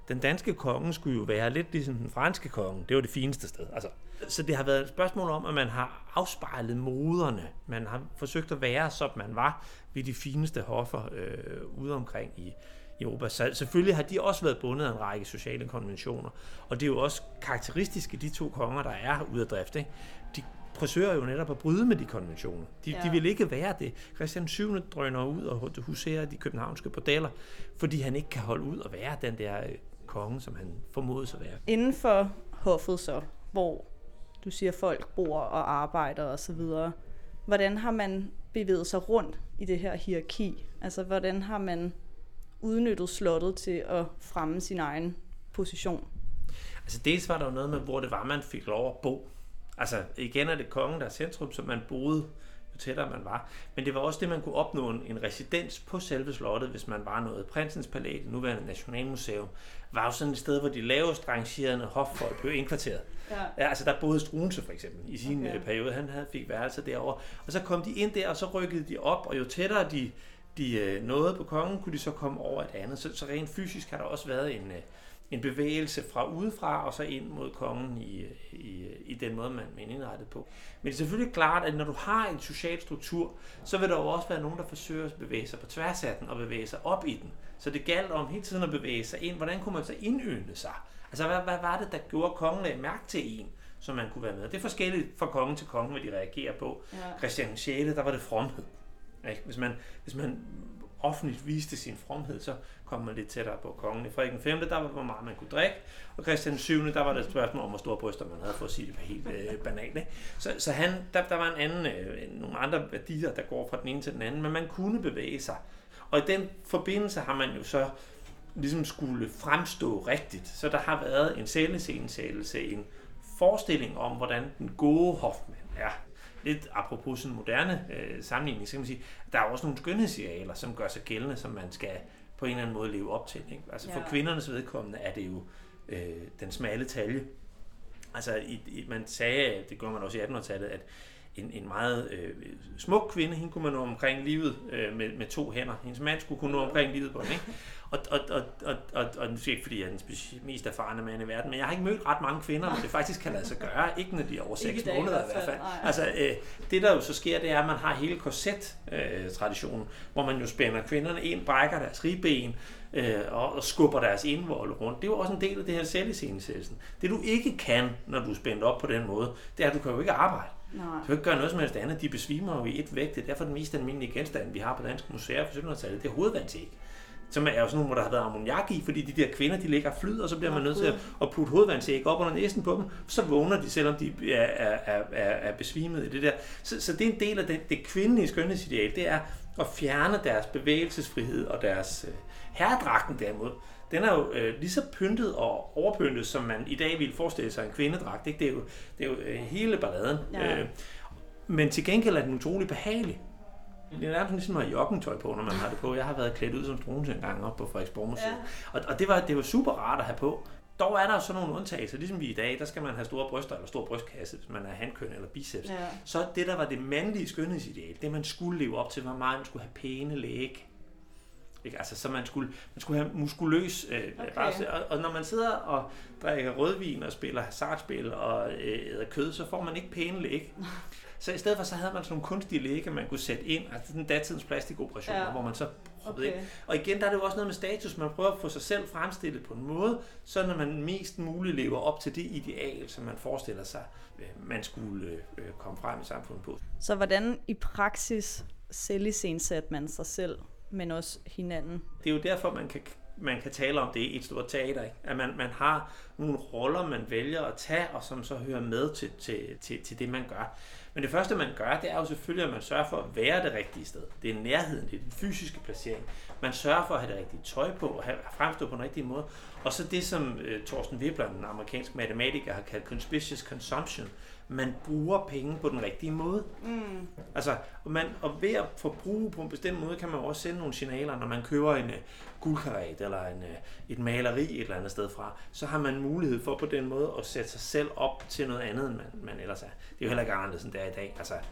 Speaker 4: Den danske konge skulle jo være lidt ligesom den franske konge. Det var det fineste sted. Altså, så det har været et spørgsmål om, at man har afspejlet moderne. Man har forsøgt at være, som man var ved de fineste hoffer øh, ude omkring i, i Europa. Så selvfølgelig har de også været bundet af en række sociale konventioner. Og det er jo også karakteristiske, de to konger, der er ude af drift. Ikke? De forsøger jo netop at bryde med de konventioner. De, ja. de vil ikke være det. Christian den syvende drøner ud og huserer de københavnske bordeller, fordi han ikke kan holde ud og være den der øh, konge, som han formodes at være.
Speaker 1: Inden for hoffet så, hvor du siger, folk bor og arbejder og så videre, hvordan har man bevæget sig rundt i det her hierarki? Altså, hvordan har man udnyttet slottet til at fremme sin egen position?
Speaker 4: Altså, dels var der jo noget med, hvor det var, man fik lov at bo. Altså, igen er det kongen, der er centrum, så man boede jo tættere man var. Men det var også det, man kunne opnå en, en residens på selve slottet, hvis man var noget. Prinsens Palæ, det nuværende Nationalmuseum, var jo sådan et sted, hvor de lavest rangerende hoffolk blev indkvarteret. Ja. Ja, altså, der boede Struensee for eksempel i sin okay. periode. Han havde fik værelser derovre. Og så kom de ind der, og så rykkede de op, og jo tættere de, de nåede på kongen, kunne de så komme over et andet. Så, så rent fysisk har der også været en... en bevægelse fra udefra og så ind mod kongen i, i, i den måde, man er indrettet på. Men det er selvfølgelig klart, at når du har en social struktur, så vil der jo også være nogen, der forsøger at bevæge sig på tværs af den og bevæge sig op i den. Så det galt om hele tiden at bevæge sig ind. Hvordan kunne man så indøne sig? Altså, hvad, hvad var det, der gjorde kongen lagde mærke til en, som man kunne være med? Det er forskelligt fra kongen til kongen, hvad de reagerer på. Ja. Christian den sjette, der var det fromhed. Hvis man, hvis man offentligt viste sin fromhed, så kom man lidt tættere på kongen. I Frederik den femte, der var, hvor meget man kunne drikke, og Christian den syvende, der var det et spørgsmål om, hvor store bryster man havde, for at sige det helt øh, banalt. Ikke? Så, så han, der, der var en anden, øh, nogle andre værdier, der går fra den ene til den anden, men man kunne bevæge sig. Og i den forbindelse har man jo så ligesom skulle fremstå rigtigt. Så der har været en selviscenesættelse, en forestilling om, hvordan den gode hofmand er. Lidt apropos sådan moderne øh, sammenligning, så kan man sige, at der er også nogle skønhedsidealer, som gør sig gældende, som man skal på en eller anden måde leve op til. Ikke? Altså for ja. kvindernes vedkommende er det jo øh, den smalle talje. Altså i, i, man sagde, det gjorde man også i attenhundredetallet, at en, en meget øh, smuk kvinde, hende kunne man nå omkring livet øh, med, med to hænder. Hendes mand skulle kunne nå omkring livet på hende. Ikke? Og, og, og, og, og, og det er ikke, fordi jeg er den mest erfarne mand i verden, men jeg har ikke mødt ret mange kvinder, men det faktisk kan lade sig gøre. Ikke når de er over seks måneder i hvert fald. Altså, øh, det der jo så sker, det er, at man har hele korset-traditionen, øh, hvor man jo spænder kvinderne ind, brækker deres ribben øh, og, og skubber deres indvolde rundt. Det er jo også en del af det her selviscenesættelsen. Det du ikke kan, når du er spændt op på den måde, det er, at du kan jo ikke arbejde. Nej. Du kan ikke gøre noget som helst andet. De besvimer jo i et vægt. Det er derfor den mest almindelige genstand, vi har på Danske Museer fra syttenhundredetallet, det er hovedvandsæg. Som er jo sådan nogle, hvor der har været ammoniak i, fordi de der kvinder, de ligger og flyder, og så bliver man nødt til at putte hovedvandsæg op under næsen på dem, så vågner de, selvom de er, er, er, er besvimet i det der. Så, så det er en del af det, det kvindelige skønhedsideal, det er at fjerne deres bevægelsesfrihed og deres øh, herredragten derimod. Den er jo øh, lige så pyntet og overpyntet, som man i dag ville forestille sig en kvindedragt. Ikke? Det er jo, det er jo øh, hele balladen. Ja. Øh, men til gengæld er den utrolig behagelig. Det er nærmest ligesom at have joggingtøj på, når man har det på. Jeg har været klædt ud som Struensee en gang op på Frederiksborg-museet. Ja. Og, og det, var, det var super rart at have på. Dog er der jo sådan nogle undtagelser, ligesom vi i dag, der skal man have store bryster eller stor brystkasse, hvis man er handkøn eller biceps. Ja. Så det, der var det mandlige skønhedsideal, det man skulle leve op til, var meget, man skulle have pæne læg. Ikke? Altså, så man skulle, man skulle have muskuløs... Øh, okay. bare, og, og når man sidder og drikker rødvin og spiller hasardspil og øh, æder kød, så får man ikke pæne læg. Så i stedet for, så havde man sådan nogle kunstige lægge, man kunne sætte ind, altså den datidens plastikoperationer, ja. hvor man så prøvede okay. ind. Og igen, der er det jo også noget med status, man prøver at få sig selv fremstillet på en måde, så når man mest muligt lever op til det ideal, som man forestiller sig, man skulle øh, komme frem i samfundet på.
Speaker 1: Så hvordan i praksis selviscenesatte man sig selv, men også hinanden?
Speaker 4: Det er jo derfor, man kan man kan tale om det i et stort teater, ikke? At man, man har nogle roller, man vælger at tage, og som så hører med til, til, til, til det, man gør. Men det første, man gør, det er jo selvfølgelig, at man sørger for at være det rigtige sted. Det er nærheden, det er den fysiske placering. Man sørger for at have det rigtige tøj på, og have, fremstå på den rigtige måde. Og så det, som uh, Thorsten Veblen, den amerikanske matematiker, har kaldt conspicuous consumption. Man bruger penge på den rigtige måde. Mm. Altså, og, man, og ved at forbruge på en bestemt måde, kan man også sende nogle signaler, når man køber en uh, guldkaret eller en, uh, et maleri et eller andet sted fra. Så har man mulighed for på den måde at sætte sig selv op til noget andet, end man, man ellers er. Det er jo heller ikke anderledes, end det er i dag. Altså,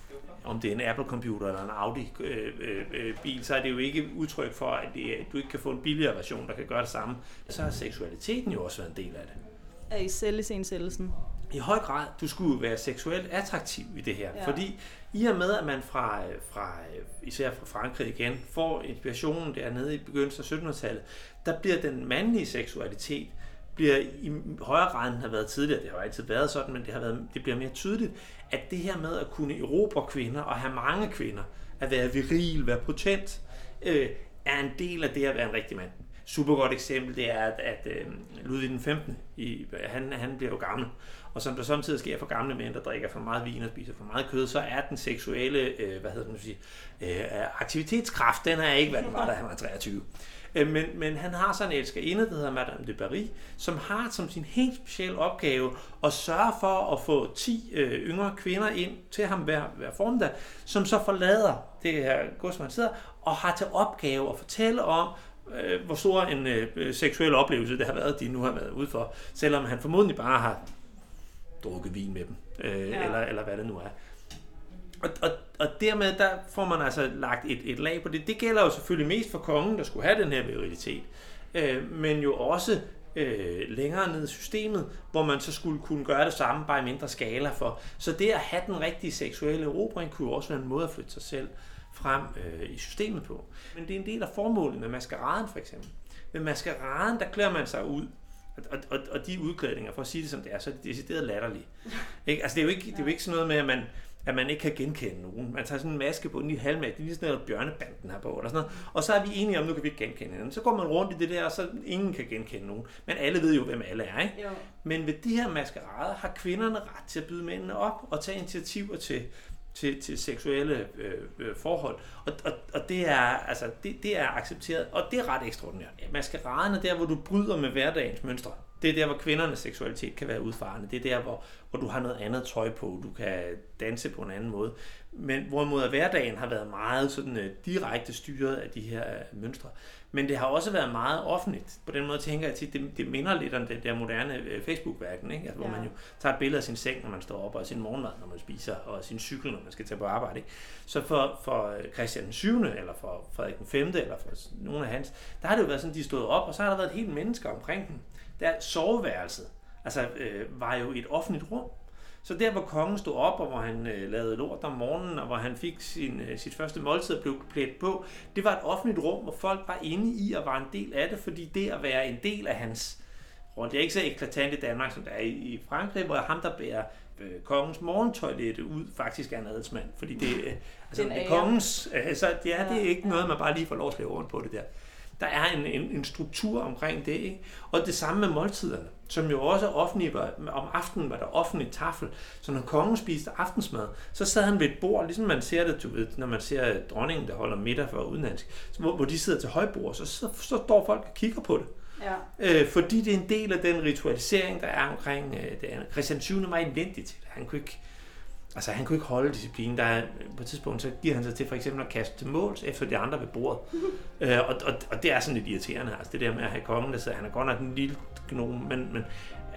Speaker 4: om det er en Apple-computer eller en Audi-bil, så er det jo ikke udtryk for, at du ikke kan få en billigere version, der kan gøre det samme. Så har seksualiteten jo også været en del af det.
Speaker 1: Er I selvisensættelsen?
Speaker 4: I høj grad, du skulle være seksuelt attraktiv i det her, ja. Fordi i og med, at man fra, fra, især fra Frankrig igen, får inspirationen dernede i begyndelsen af syttenhundredetallet, der bliver den mandlige seksualitet bliver i højere grad, end har været tidligere. Det har jo altid været sådan, men det, har været, det bliver mere tydeligt, at det her med at kunne erobre kvinder og have mange kvinder, at være viril, være potent, øh, er en del af det at være en rigtig mand. Super godt eksempel, det er, at, at øh, Ludvig den femtende, i, han, han bliver jo gammel, og som der samtidig sker for gamle mænd, der drikker for meget vin og spiser for meget kød, så er den seksuelle øh, hvad hedder det, sige, øh, aktivitetskraft, den er ikke, hvad den var, da han var treogtyve. Men, men han har sådan en elskerinde, der hedder Madame de Barry, som har som sin helt specielle opgave at sørge for at få ti øh, yngre kvinder ind til ham hver, hver formiddag, som så forlader det her gods, hvor han sidder, og har til opgave at fortælle om, øh, hvor stor en øh, seksuel oplevelse det har været, de nu har været ude for, selvom han formodentlig bare har drukket vin med dem, øh, ja. eller, eller hvad det nu er. Og, og, og dermed der får man altså lagt et, et lag på det. Det gælder jo selvfølgelig mest for kongen, der skulle have den her virilitet, øh, men jo også øh, længere ned i systemet, hvor man så skulle kunne gøre det samme, bare i mindre skala for. Så det at have den rigtige seksuelle erobring kunne jo også være en måde at flytte sig selv frem øh, i systemet på. Men det er en del af formålet med maskeraden for eksempel. Med maskeraden, der klæder man sig ud. Og, og, og de udklædninger, for at sige det som det er, så er det decideret latterlige. Ikke? Altså det er, jo ikke, det er jo ikke sådan noget med, at man at man ikke kan genkende nogen. Man tager sådan en maske på, en lille halvmaske, det er lige sådan noget, bjørnebanden her på, eller sådan noget. Og så er vi enige om, nu kan vi ikke genkende hinanden. Så går man rundt i det der, og så ingen kan genkende nogen. Men alle ved jo, hvem alle er, ikke? Jo. Men ved de her maskerader har kvinderne ret til at byde mændene op og tage initiativer til, til, til seksuelle øh, øh, forhold. Og, og, og det, er, altså, det, det er accepteret, og det er ret ekstraordinært. Maskeraden er der, hvor du bryder med hverdagens mønstre. Det er der, hvor kvindernes seksualitet kan være udfarende. Det er der, hvor, hvor du har noget andet tøj på. Du kan danse på en anden måde. Men hvorimod at hverdagen har været meget sådan, uh, direkte styret af de her uh, mønstre. Men det har også været meget offentligt. På den måde tænker jeg tit, det, det minder lidt om den der moderne uh, Facebook-verden, ikke? Altså, ja. Hvor man jo tager et billede af sin seng, når man står op, og sin morgenmad, når man spiser, og sin cykel, når man skal tage på arbejde. Ikke? Så for, for Christian den syvende, eller for Frederik den femte, eller for nogle af hans, der har det jo været sådan, de stod op, og så har der været et helt menneske omkring dem. Der soveværelset altså, øh, var jo et offentligt rum. Så der, hvor kongen stod op, og hvor han øh, lavede lort om morgenen, og hvor han fik sin, øh, sit første måltid og blev klædt på, det var et offentligt rum, hvor folk var inde i og var en del af det, fordi det at være en del af hans rolle, det er ikke så eklatant i Danmark, som der er i, i Frankrig, hvor ham, der bærer øh, kongens morgentoilette ud, faktisk er en adelsmand, fordi det, øh, altså, det er kongens, øh, så ja, det er ikke noget, man bare lige får lov at slæve rundt på det der. Der er en, en, en struktur omkring det, ikke? Og det samme med måltiderne, som jo også offentligt var, om aftenen var der offentlig tafel. Så når kongen spiste aftensmad, så sad han ved et bord, ligesom man ser det, du ved, når man ser dronningen, der holder middag for udenlandsk, hvor, hvor de sidder til højbord, så, så, så står folk og kigger på det. Ja. Øh, fordi det er en del af den ritualisering, der er omkring øh, det andet. Christian den syvende var elendig til det. Han kunne ikke Altså, han kunne ikke holde disciplinen. Der er, på et tidspunkt, så giver han sig til for eksempel at kaste til måls efter de andre ved bordet. øh, og, og, og det er sådan lidt irriterende, altså det der med at have kongen, der sidder, han er godt nok en lille gnom, men, men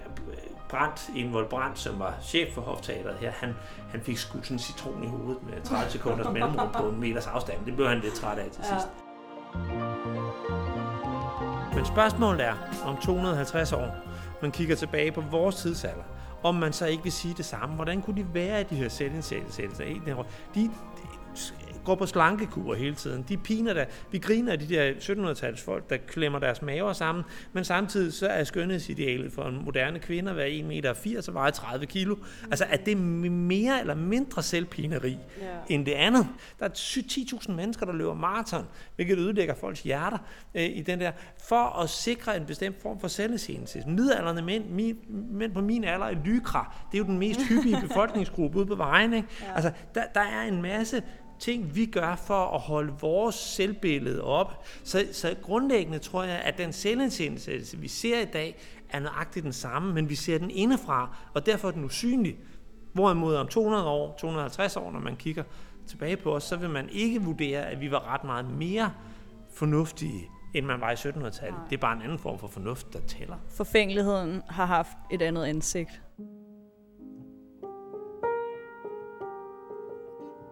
Speaker 4: Brandt, Envold Brandt, som var chef for hofteateret her, han, han fik skudt sådan en citron i hovedet med tredive sekunders mellemrum på en meters afstand. Det blev han lidt træt af til sidst. Men spørgsmålet er, om to hundrede og halvtreds år, man kigger tilbage på vores tidsalder, om man så ikke vil sige det samme. Hvordan kunne de være i de her selvindsættelser? De går på slankekur hele tiden. De piner der. Vi griner af de der syttenhundredetalls folk, der klemmer deres maver sammen, men samtidig så er skønhedsidealet for en moderne kvinde at være en komma firs meter og veje tredive kilo. Altså, at det er mere eller mindre selvpineri yeah. end det andet. Der er ti tusind mennesker, der løber maraton, hvilket ødelægger folks hjerter øh, i den der, for at sikre en bestemt form for selvisættelse. Midaldrende mænd, min, mænd på min alder i Lykra, det er jo den mest hyppige befolkningsgruppe ude på vejen, ikke? Yeah. Altså, der, der er en masse ting, vi gør for at holde vores selvbillede op. Så, så grundlæggende tror jeg, at den selvindsættelse, vi ser i dag, er nøjagtigt den samme, men vi ser den indefra, og derfor er den usynlig. Hvorimod om to hundrede år, to hundrede og halvtreds år, når man kigger tilbage på os, så vil man ikke vurdere, at vi var ret meget mere fornuftige, end man var i syttenhundredetallet. Det er bare en anden form for fornuft, der tæller.
Speaker 1: Forfængeligheden har haft et andet ansigt.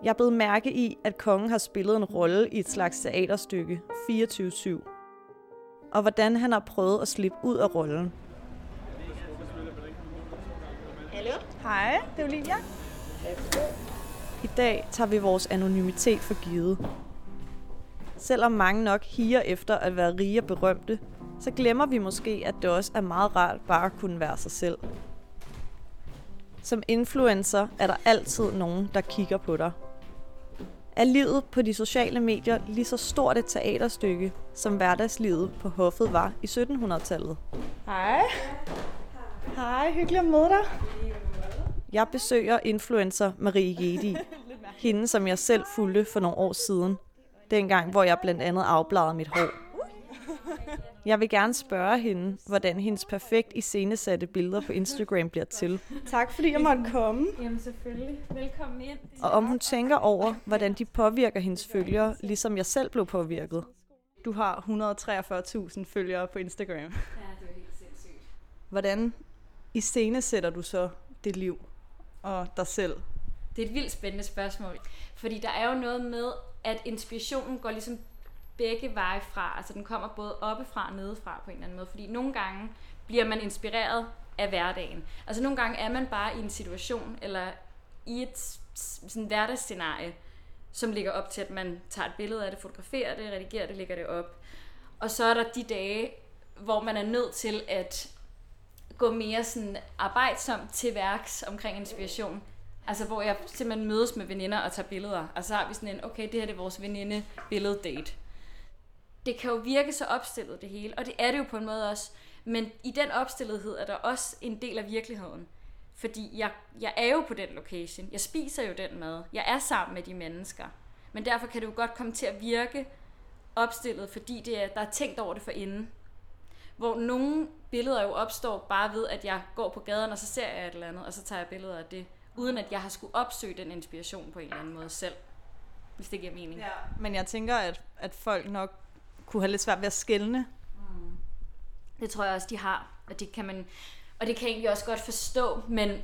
Speaker 1: Jeg blev mærke i, at kongen har spillet en rolle i et slags teaterstykke fireogtyve syv. Og hvordan han har prøvet at slippe ud af rollen.
Speaker 2: Hallo? Hej, det er Olivia.
Speaker 1: I dag tager vi vores anonymitet for givet. Selvom mange nok higer efter at være rige og berømte, så glemmer vi måske, at det også er meget rart bare at kunne være sig selv. Som influencer er der altid nogen, der kigger på dig. Er livet på de sociale medier lige så stort et teaterstykke, som hverdagslivet på hoffet var i syttenhundredetallet?
Speaker 2: Hej. Hej, hyggeligt at møde dig.
Speaker 1: Jeg besøger influencer Marie Gedi. Hende, som jeg selv fulgte for nogle år siden. Dengang, hvor jeg blandt andet afbladede mit hår. Jeg vil gerne spørge hende, hvordan hendes perfekt iscenesatte billeder på Instagram bliver til.
Speaker 2: Tak fordi jeg måtte komme.
Speaker 3: Jamen selvfølgelig. Velkommen ind.
Speaker 1: Og om hun tænker over, hvordan de påvirker hendes følgere, ligesom jeg selv blev påvirket. Du har et hundrede og treogfyrre tusind følgere på Instagram.
Speaker 5: Ja, det er helt sindssygt.
Speaker 1: Hvordan iscenesætter du så dit liv og dig selv?
Speaker 5: Det er et vildt spændende spørgsmål. Fordi der er jo noget med, at inspirationen går ligesom begge veje fra. Altså den kommer både oppefra og nedefra på en eller anden måde. Fordi nogle gange bliver man inspireret af hverdagen. Altså nogle gange er man bare i en situation, eller i et sådan hverdagsscenarie, som ligger op til, at man tager et billede af det, fotograferer det, redigerer det, lægger det op. Og så er der de dage, hvor man er nødt til at gå mere sådan arbejdsomt til værks omkring inspiration. Altså hvor jeg simpelthen mødes med veninder og tager billeder. Og så har vi sådan en, okay, det her det er vores veninde billeddate. Det kan jo virke så opstillet det hele, og det er det jo på en måde også. Men i den opstillethed er der også en del af virkeligheden. Fordi jeg, jeg er jo på den location. Jeg spiser jo den mad. Jeg er sammen med de mennesker. Men derfor kan det jo godt komme til at virke opstillet, fordi det er, der er tænkt over det for inden. Hvor nogle billeder jo opstår bare ved, at jeg går på gaden, og så ser jeg et eller andet, og så tager jeg billeder af det. Uden at jeg har skulle opsøge den inspiration på en eller anden måde selv. Hvis det giver mening.
Speaker 1: Ja, men jeg tænker, at, at folk nok kunne have lidt svært ved at skelne.
Speaker 5: Mm. Det tror jeg også, de har. Og det kan man, og det kan jeg egentlig også godt forstå, men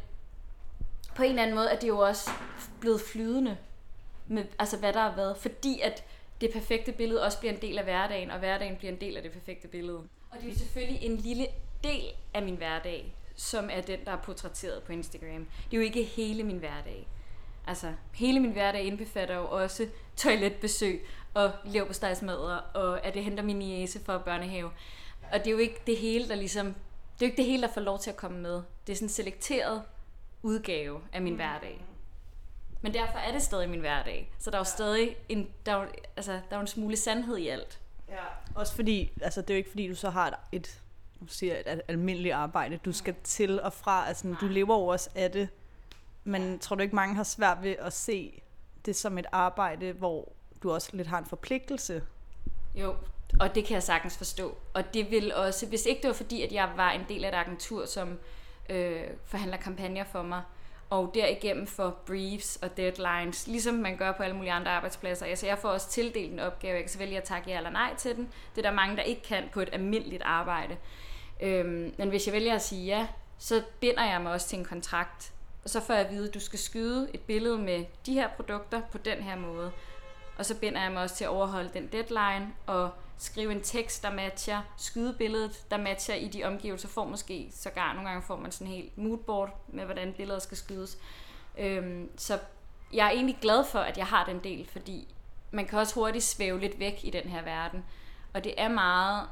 Speaker 5: på en eller anden måde er det jo også blevet flydende med altså hvad der har været, fordi at det perfekte billede også bliver en del af hverdagen, og hverdagen bliver en del af det perfekte billede. Og det er jo selvfølgelig en lille del af min hverdag, som er den, der er portrætteret på Instagram. Det er jo ikke hele min hverdag. Altså, hele min hverdag indbefatter jo også toiletbesøg og leverpostejsmadder, og at jeg henter min niece fra børnehave. Og det er jo ikke det hele, der ligesom, det er jo ikke det hele, der får lov til at komme med. Det er sådan en selekteret udgave af min hverdag. Men derfor er det stadig min hverdag. Så der er jo stadig en, der er, altså, der er jo en smule sandhed i alt.
Speaker 1: Ja. Også fordi, altså det er jo ikke fordi, du så har et, et, du siger, et almindeligt arbejde. Du skal til og fra, altså du lever jo også af det. Men tror du ikke, mange har svært ved at se det som et arbejde, hvor du også lidt har en forpligtelse?
Speaker 5: Jo, og det kan jeg sagtens forstå. Og det vil også, hvis ikke det var fordi, at jeg var en del af et agentur, som øh, forhandler kampagner for mig, og derigennem for briefs og deadlines, ligesom man gør på alle mulige andre arbejdspladser. Altså jeg får også tildelt en opgave, jeg kan så vælge at takke ja eller nej til den. Det er der mange, der ikke kan på et almindeligt arbejde. Øhm, men hvis jeg vælger at sige ja, så binder jeg mig også til en kontrakt. Og så får jeg at vide, at du skal skyde et billede med de her produkter på den her måde. Og så binder jeg mig også til at overholde den deadline og skrive en tekst, der matcher, skyde billedet, der matcher i de omgivelser. Får måske sågar, nogle gange får man sådan en helt moodboard med, hvordan billedet skal skydes. Øhm, så jeg er egentlig glad for, at jeg har den del, fordi man kan også hurtigt svæve lidt væk i den her verden. Og det er meget...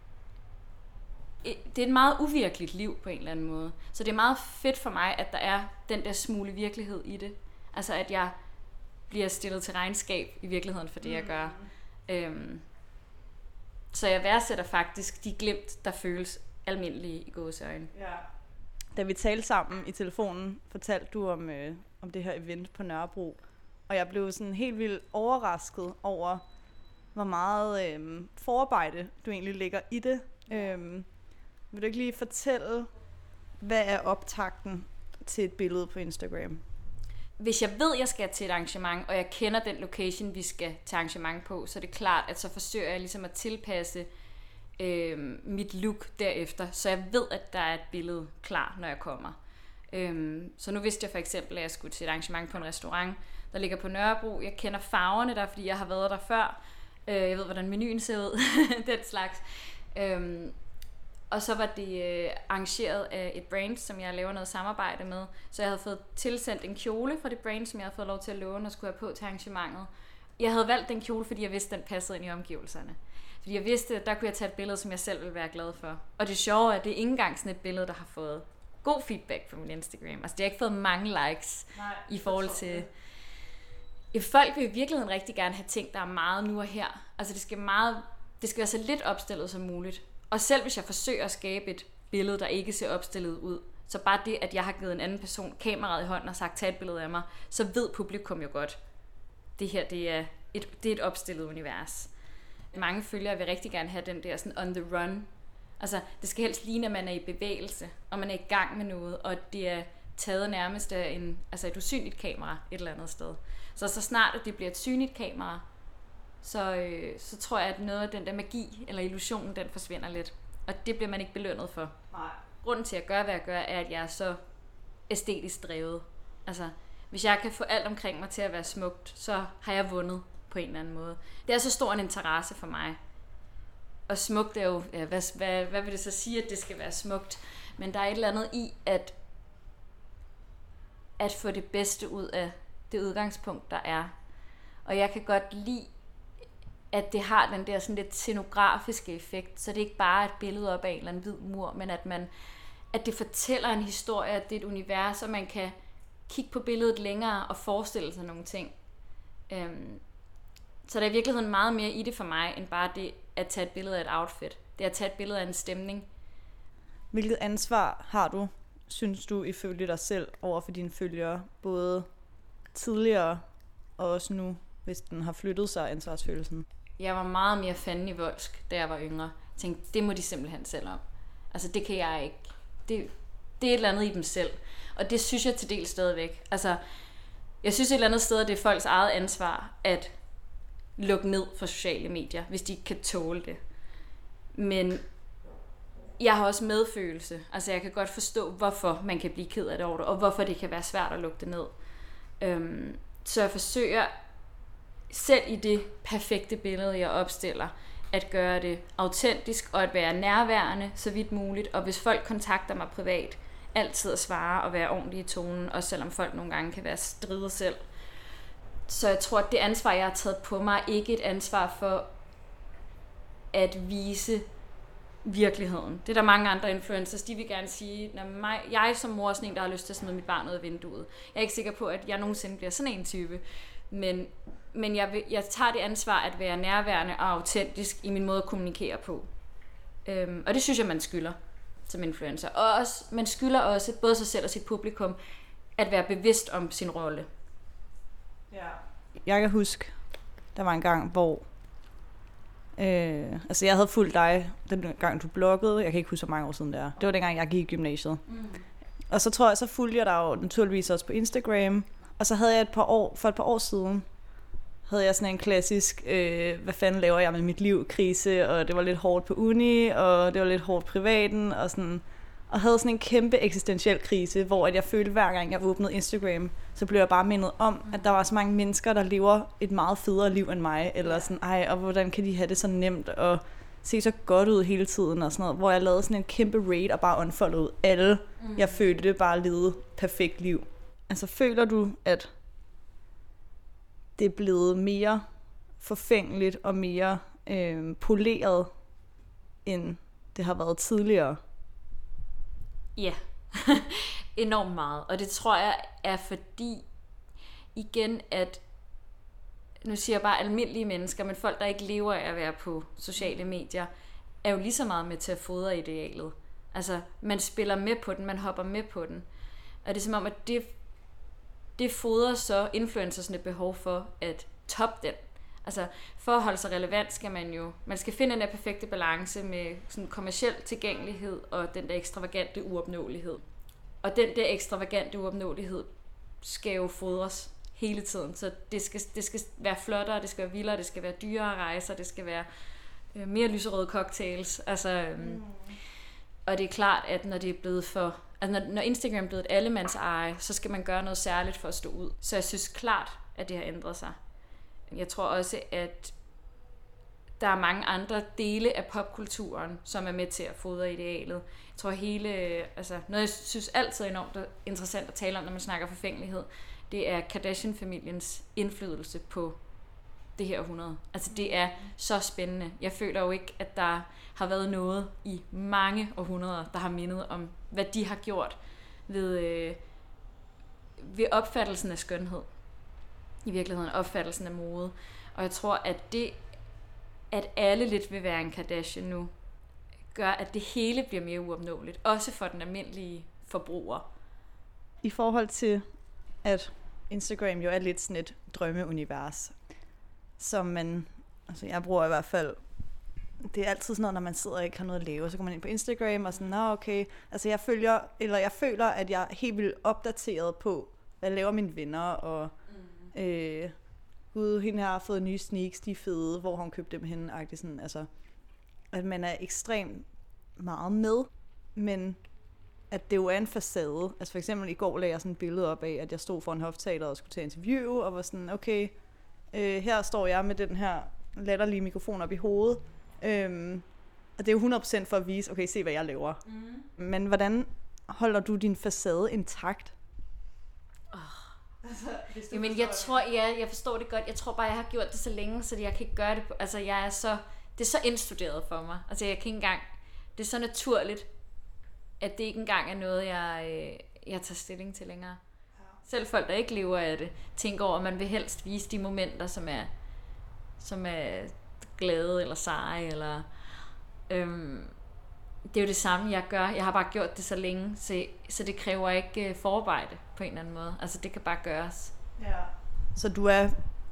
Speaker 5: Det er et meget uvirkeligt liv på en eller anden måde. Så det er meget fedt for mig, at der er den der smule virkelighed i det. Altså at jeg bliver stillet til regnskab i virkeligheden for det, jeg gør. Mm. Øhm, så jeg værdsætter faktisk de glimt, der føles almindelige i gåseøjne.
Speaker 1: Ja. Da vi talte sammen i telefonen, fortalte du om, øh, om det her event på Nørrebro. Og jeg blev sådan helt vildt overrasket over, hvor meget øh, forarbejde du egentlig lægger i det. Øhm, vil du ikke lige fortælle, hvad er optakten til et billede på Instagram?
Speaker 5: Hvis jeg ved, at jeg skal til et arrangement, og jeg kender den location, vi skal til arrangement på, så er det klart, at så forsøger jeg ligesom at tilpasse øh, mit look derefter, så jeg ved, at der er et billede klar, når jeg kommer. Øh, så nu vidste jeg for eksempel, at jeg skulle til et arrangement på en restaurant, der ligger på Nørrebro. Jeg kender farverne der, fordi jeg har været der før. Øh, jeg ved, hvordan menuen ser ud, den slags. Øhm, og så var det øh, arrangeret af et brand, som jeg laver noget samarbejde med. Så jeg havde fået tilsendt en kjole fra det brand, som jeg havde fået lov til at låne og skulle have på til arrangementet. Jeg havde valgt den kjole, fordi jeg vidste, den passede ind i omgivelserne. Fordi jeg vidste, at der kunne jeg tage et billede, som jeg selv ville være glad for. Og det sjove er, at det er ikke engang sådan et billede, der har fået god feedback på min Instagram. Altså, det har ikke fået mange likes. Nej, i forhold til... Ja, folk vil i virkeligheden rigtig gerne have ting, der er meget nu og her. Altså, det skal, meget... det skal være så lidt opstillet som muligt. Og selv hvis jeg forsøger at skabe et billede, der ikke ser opstillet ud, så bare det, at jeg har givet en anden person kameraet i hånden og sagt, tag et billede af mig, så ved publikum jo godt, det her, det er et, det er et opstillet univers. Mange følgere vil rigtig gerne have den der sådan on the run. Altså, det skal helst ligne, at man er i bevægelse, og man er i gang med noget, og det er taget nærmest af en, altså et usynligt kamera et eller andet sted. Så så snart, at det bliver et synligt kamera, så, øh, så tror jeg, at noget af den der magi, eller illusionen, den forsvinder lidt. Og det bliver man ikke belønnet for. Nej. Grunden til at gøre, hvad jeg gør, er, at jeg er så æstetisk drevet. Altså, hvis jeg kan få alt omkring mig til at være smukt, så har jeg vundet på en eller anden måde. Det er så stor en interesse for mig. Og smukt er jo, ja, hvad, hvad, hvad vil det så sige, at det skal være smukt? Men der er et eller andet i, at, at få det bedste ud af det udgangspunkt, der er. Og jeg kan godt lide, at det har den der sådan lidt scenografiske effekt, så det er ikke bare et billede op af en eller anden hvid mur, men at, man, at det fortæller en historie, at det er et univers, og man kan kigge på billedet længere og forestille sig nogle ting. Øhm, så der er i virkeligheden meget mere i det for mig, end bare det at tage et billede af et outfit. Det er at tage et billede af en stemning.
Speaker 1: Hvilket ansvar har du, synes du, ifølge dig selv over for dine følgere, både tidligere og også nu, hvis den har flyttet sig, ansvarsfølelsen?
Speaker 5: Jeg var meget mere fanden i voldsk, da jeg var yngre. Jeg tænkte, det må de simpelthen selv om. Altså, det kan jeg ikke. Det, det er et eller andet i dem selv. Og det synes jeg til del stadigvæk. Altså, jeg synes et eller andet sted, at det er folks eget ansvar at lukke ned for sociale medier, hvis de ikke kan tåle det. Men jeg har også medfølelse. Altså, jeg kan godt forstå, hvorfor man kan blive ked af det over det, og hvorfor det kan være svært at lukke det ned. Øhm, så jeg forsøger selv i det perfekte billede, jeg opstiller, at gøre det autentisk og at være nærværende så vidt muligt. Og hvis folk kontakter mig privat, altid at svare og være ordentlig i tonen, også selvom folk nogle gange kan være stride selv. Så jeg tror, at det ansvar, jeg har taget på mig, er ikke et ansvar for at vise virkeligheden. Det er der mange andre influencers, de vil gerne sige, at mig, jeg er som mor sådan en, der har lyst til at smide mit barn ud af vinduet. Jeg er ikke sikker på, at jeg nogensinde bliver sådan en type. Men, men jeg, vil, jeg tager det ansvar at være nærværende og autentisk i min måde at kommunikere på. Øhm, og det synes jeg, man skylder som influencer. Og også, man skylder også både sig selv og sit publikum at være bevidst om sin rolle.
Speaker 1: Ja. Jeg kan huske, der var en gang, hvor øh, altså jeg havde fulgt dig den gang du bloggede. Jeg kan ikke huske, hvor mange år siden det er. Det var dengang, jeg gik i gymnasiet. Mm. Og så tror jeg, så fulgte jeg dig jo naturligvis også på Instagram. Og så havde jeg et par år, for et par år siden, havde jeg sådan en klassisk, øh, hvad fanden laver jeg med mit liv, krise, og det var lidt hårdt på uni, og det var lidt hårdt privaten, og sådan, og havde sådan en kæmpe eksistentiel krise, hvor at jeg følte, hver gang jeg åbnede Instagram, så blev jeg bare mindet om, at der var så mange mennesker, der lever et meget federe liv end mig, eller sådan, ej, og hvordan kan de have det så nemt, og se så godt ud hele tiden, og sådan noget, hvor jeg lavede sådan en kæmpe raid, og bare unfollowede alle. Mm. Jeg følte det bare levede perfekt liv. Altså, føler du, at det er blevet mere forfængeligt og mere øh, poleret, end det har været tidligere?
Speaker 5: Ja, enormt meget. Og det tror jeg er fordi, igen, at nu siger jeg bare almindelige mennesker, men folk, der ikke lever af at være på sociale medier, er jo lige så meget med til at fodre idealet. Altså, man spiller med på den, man hopper med på den. Og det er som om, at det det fodrer så influencersne behov for at toppe den. Altså, for at holde sig relevant skal man jo, man skal finde den der perfekte balance med sådan kommerciel tilgængelighed og den der ekstravagante uopnåelighed. Og den der ekstravagante uopnåelighed skal jo fodres hele tiden, så det skal, det skal være flottere, det skal være vildere, det skal være dyrere rejser, det skal være øh, mere lyserøde cocktails. Altså, øhm, mm. Og det er klart, at når det er blevet for Altså når, når Instagram er blevet et allemandseje, så skal man gøre noget særligt for at stå ud. Så jeg synes klart, at det har ændret sig. Jeg tror også, at der er mange andre dele af popkulturen, som er med til at fodre idealet. Jeg tror hele, altså noget jeg synes altid er enormt interessant at tale om, når man snakker forfængelighed, det er Kardashian-familiens indflydelse på det her århundrede. Altså det er så spændende. Jeg føler jo ikke, at der har været noget i mange århundreder, der har mindet om, hvad de har gjort ved, øh, ved opfattelsen af skønhed. I virkeligheden opfattelsen af mode. Og jeg tror, at det, at alle lidt vil være en Kardashian nu, gør, at det hele bliver mere uopnåeligt. Også for den almindelige forbruger.
Speaker 1: I forhold til, at Instagram jo er lidt sådan et drømmeunivers, som man, altså jeg bruger i hvert fald, det er altid sådan noget, når man sidder og ikke har noget at lave, så går man ind på Instagram og sådan, nå okay, altså jeg følger, eller jeg føler, at jeg er helt vildt opdateret på, hvad laver mine venner, og mm. øh, gud, hende har fået nye sneaks, de er fede, hvor har hun købt dem henne, agtigt sådan, altså, at man er ekstremt meget med, men at det jo er en facade. Altså for eksempel i går lagde jeg sådan et billede op af, at jeg stod foran Hofteatret og skulle tage interview, og var sådan, okay, øh, her står jeg med den her latterlige mikrofon op i hovedet. Øhm, og det er jo hundrede procent for at vise, okay, se hvad jeg laver. Mm. Men hvordan holder du din facade intakt?
Speaker 5: Oh. Altså, Jamen jeg tror, ja, jeg forstår det godt. Jeg tror bare, jeg har gjort det så længe, så jeg kan ikke gøre det på, altså jeg er så, det er så indstuderet for mig. Altså jeg kan ikke engang, det er så naturligt, at det ikke engang er noget, jeg, jeg tager stilling til længere. Ja. Selv folk, der ikke lever af det, tænker over, at man vil helst vise de momenter, som er, som er glade eller seje. Eller, øhm, det er jo det samme, jeg gør. Jeg har bare gjort det så længe, så, så det kræver ikke forarbejde på en eller anden måde. Altså det kan bare gøres. Ja.
Speaker 1: Så du er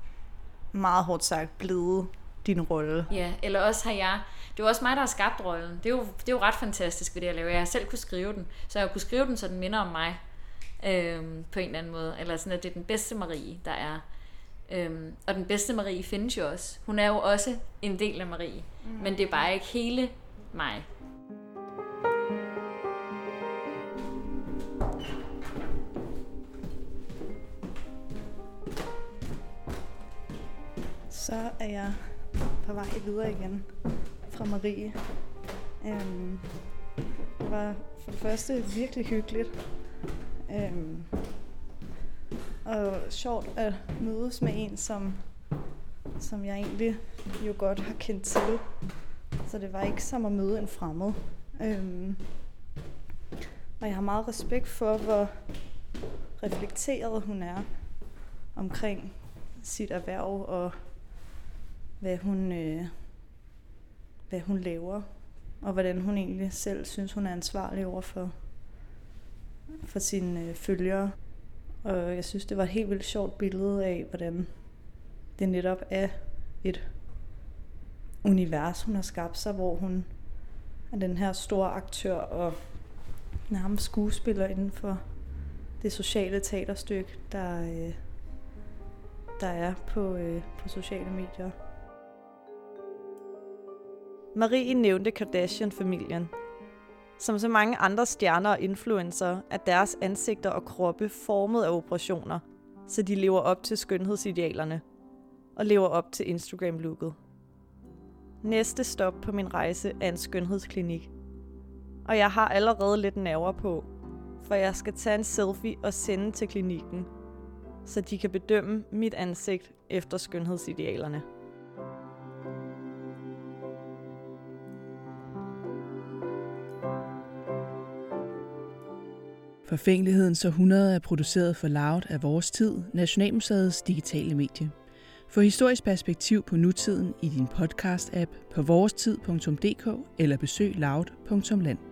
Speaker 1: meget hårdt sagt blevet din rolle.
Speaker 5: Ja, eller også har jeg, det er også mig, der har skabt rollen. Det er jo, det er jo ret fantastisk ved det, jeg laver. Jeg har selv kunne skrive den, så jeg kunne skrive den, så den minder om mig øhm, på en eller anden måde. Eller sådan, at det er den bedste Marie, der er. Øhm, og den bedste Marie findes jo også. Hun er jo også en del af Marie, mm. men det er bare ikke hele mig.
Speaker 1: Så er jeg på vej videre igen fra Marie. Um, det var for det første virkelig hyggeligt. Um, og sjovt at mødes med en, som, som jeg egentlig jo godt har kendt til. Så det var ikke som at møde en fremmed. Um, og jeg har meget respekt for, hvor reflekteret hun er omkring sit erhverv og hvad hun, øh, hvad hun laver, og hvordan hun egentlig selv synes, hun er ansvarlig over for, for sine øh, følgere. Og jeg synes, det var et helt vildt sjovt billede af, hvordan det netop er et univers, hun har skabt sig, hvor hun er den her store aktør og nærmest skuespiller inden for det sociale teaterstykke, der, øh, der er på, øh, på sociale medier. Marie nævnte Kardashian-familien. Som så mange andre stjerner og influencer er deres ansigter og kroppe formet af operationer, så de lever op til skønhedsidealerne og lever op til Instagram-looket. Næste stop på min rejse er en skønhedsklinik. Og jeg har allerede lidt nerver på, for jeg skal tage en selfie og sende til klinikken, så de kan bedømme mit ansigt efter skønhedsidealerne.
Speaker 6: Forfængelighedens århundrede er produceret for Loud af Vores Tid, Nationalmuseets digitale medie. Få historisk perspektiv på nutiden i din podcast-app på vorestid punktum d k eller besøg loud punktum land.